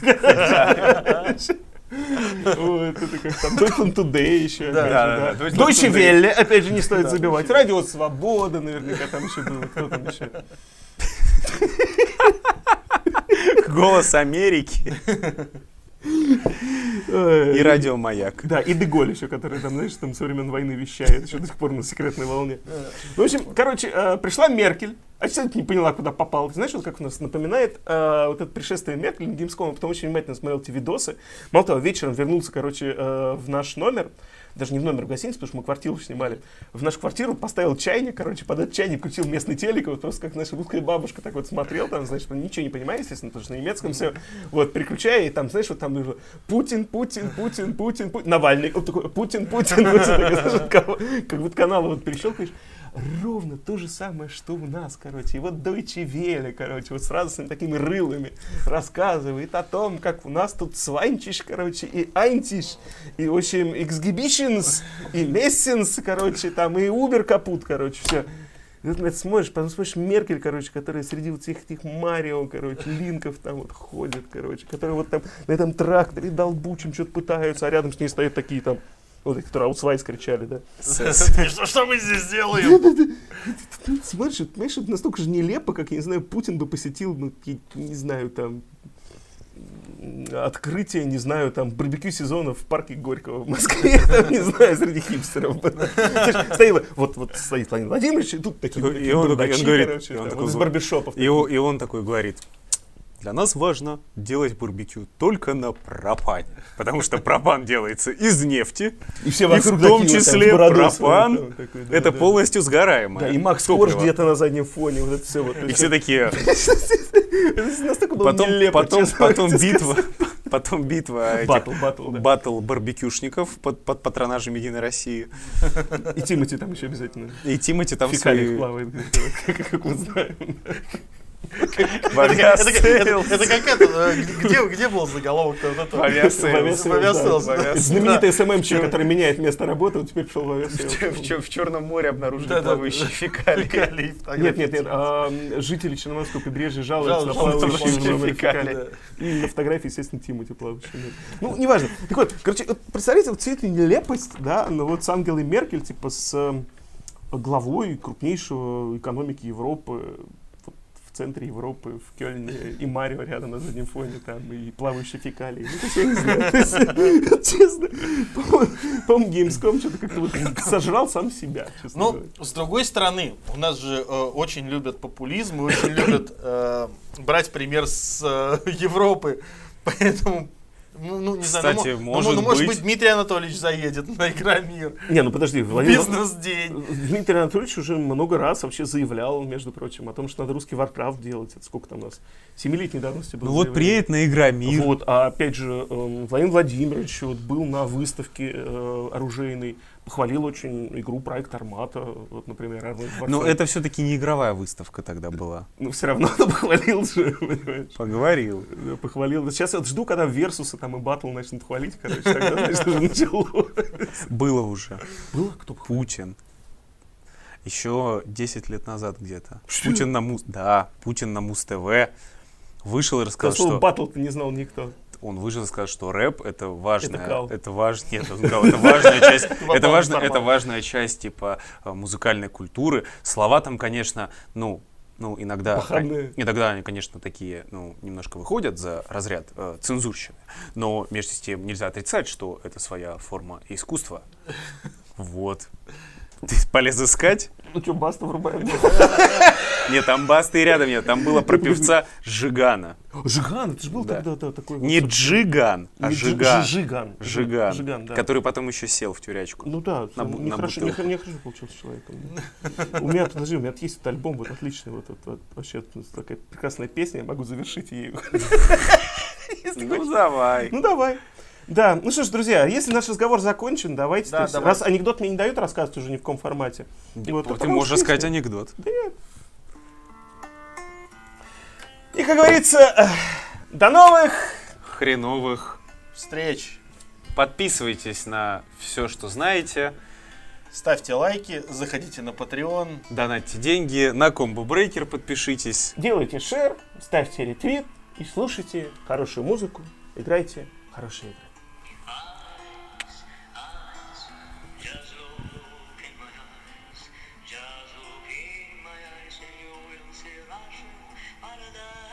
Вот, это как там Deutschland Today еще. Да, опять да, же, да, Deutschland Deutsche Today. Welle, опять же, не стоит забивать. Радио Свобода, наверняка там еще было. Кто там еще? Голос Америки и радио Маяк. Да, и Деголь еще, который там, знаешь, там со времен войны вещает, еще до сих пор на секретной волне. В общем, короче, э, пришла Меркель, абсолютно не поняла, куда попала. Ты знаешь, вот как у нас напоминает э, вот это пришествие Меркель на Gamescom, я потом очень внимательно смотрел эти видосы. Мало того, вечером вернулся, короче, э, в наш номер, даже не в номер, в гостиницу, потому что мы квартиру снимали. В нашу квартиру поставил чайник, короче, под этот чайник включил местный телек, вот просто как наша русская бабушка так вот смотрел, там, значит, ничего не понимаю, естественно, потому что на немецком все, вот, переключая, и там, знаешь, вот там было Путин, Путин, Путин, Путин, Путин, Навальный, вот такой, Путин, Путин, как будто каналы вот перещелкаешь. Ровно то же самое, что у нас, короче. И вот Deutsche Welle, короче, вот сразу с такими рылами рассказывает о том, как у нас тут свайнчиш, короче, и антиш, и, в общем, exhibitions, и мессенс, короче, там, и Uber капут, короче, все. И ты смотришь, потом смотришь Меркель, короче, которая среди вот всех этих Марио, короче, Линков там вот ходит, короче, которые вот там на этом тракторе долбучим что-то пытаются, а рядом с ней стоят такие там, вот эти, которые аутсвайс кричали, да. Что, что мы здесь делаем? Смотришь, понимаешь, это настолько же нелепо, как, я не знаю, Путин бы посетил, ну, я не знаю, там, открытие, не знаю, там, барбекю сезона в парке Горького в Москве, там, не знаю, среди хипстеров. Стоит, вот, вот стоит Владимир Владимирович, и тут такие бардачи, короче, вот из барбершопов. И он такой говорит: для нас важно делать барбекю только на пропане, потому что пропан делается из нефти, и, все и в том числе вот, пропан, там, такой, да, это да, полностью сгораемое. Да, и Макс Корж где-то на заднем фоне, вот это все. Вот, и все такие... Настолько было потом, нелепо, потом, потом битва, потом битва этих батл, батл, да. батл барбекюшников под, под патронажем Единой России. И Тимати там еще обязательно. И Тимати там свои... плавает, как мы знаем. Это как это, где, где был заголовок? Знаменитый эс эм эм-чик, который меняет место работы, он теперь пришел в авиасейлс. В Черном море обнаружили плавающие фекалии. Нет, нет, нет, жители Черноморского побережья жалуются на плавающие фекалии. И на фотографии, естественно, Тимати плавающий. Ну, неважно. Так вот, короче, представляете, вот всю эту нелепость, да, но вот с Ангелой Меркель, типа с главой крупнейшего экономики Европы, в центре Европы, в Кёльне, и Марио рядом на заднем фоне, там, и плавающие фекалии. Ну, то есть, я не знаю, честно, по-моему, Gamescom что-то как-то вот сожрал сам себя, честно Ну, говоря. с другой стороны, у нас же э, очень любят популизм, и очень любят э, брать пример с э, Европы, поэтому... Ну, ну, не Кстати, знаю, ну, может, ну, ну, может быть... быть, Дмитрий Анатольевич заедет на Игромир. Не, ну подожди, Владимир... Бизнес-день. Дмитрий Анатольевич уже много раз вообще заявлял, между прочим, о том, что надо русский Warcraft делать. Это сколько там у нас? Семилетней давности было. Ну вот приедет на Игромир. Вот, а опять же, э, Владимир Владимирович вот был на выставке э, оружейной, похвалил очень игру проект Армата, вот, например. Но это все-таки не игровая выставка тогда была. Ну, все равно он похвалил же, понимаешь? Поговорил. Похвалил. Сейчас вот жду, когда Версусы там и Батл начнут хвалить, короче, тогда, значит, уже началось. Было уже. Было? Кто похвалил? Путин. Еще десять лет назад где-то. Путин на Муз... Да, Путин на Муз-ТВ вышел и рассказал, что... что... Батл-то не знал никто. Он вышел и сказал, что рэп это важная, это, кал. это важ, нет, он сказал, это важная часть, это важная, это важная часть типа музыкальной культуры. Слова там, конечно, ну, ну иногда, иногда они, конечно, такие, ну, немножко выходят за разряд э, цензурщины, но вместе с тем нельзя отрицать, что это своя форма искусства. Вот. Ты полез искать? Ну что, Баста врубаем? Нет, там Баста и рядом нет. Там было про певца Жигана. Жиган? Это же был да. тогда такой... Не Джиган, а Жиган. Жиган. Жиган. Жиган, да. Который потом еще сел в тюрячку. Ну да, на, нехорошо на не, не хорошо получился человеком. У меня, подожди, у меня есть этот альбом, вот отличный, вот, вот, вот вообще такая прекрасная песня, я могу завершить ею. Ну давай. Ну давай. Да, ну что ж, друзья, если наш разговор закончен, давайте, да, есть, раз анекдот мне не дают рассказывать уже ни в каком формате. Вот, ты можешь рассказать анекдот. Да нет. И, как говорится, до новых хреновых встреч. Подписывайтесь на все, что знаете. Ставьте лайки, заходите на Patreon. Донатьте деньги, на Combo Breaker подпишитесь. Делайте шер, ставьте ретвит и слушайте хорошую музыку, играйте хорошие игры. Just look in my eyes and you will see Russia paradise.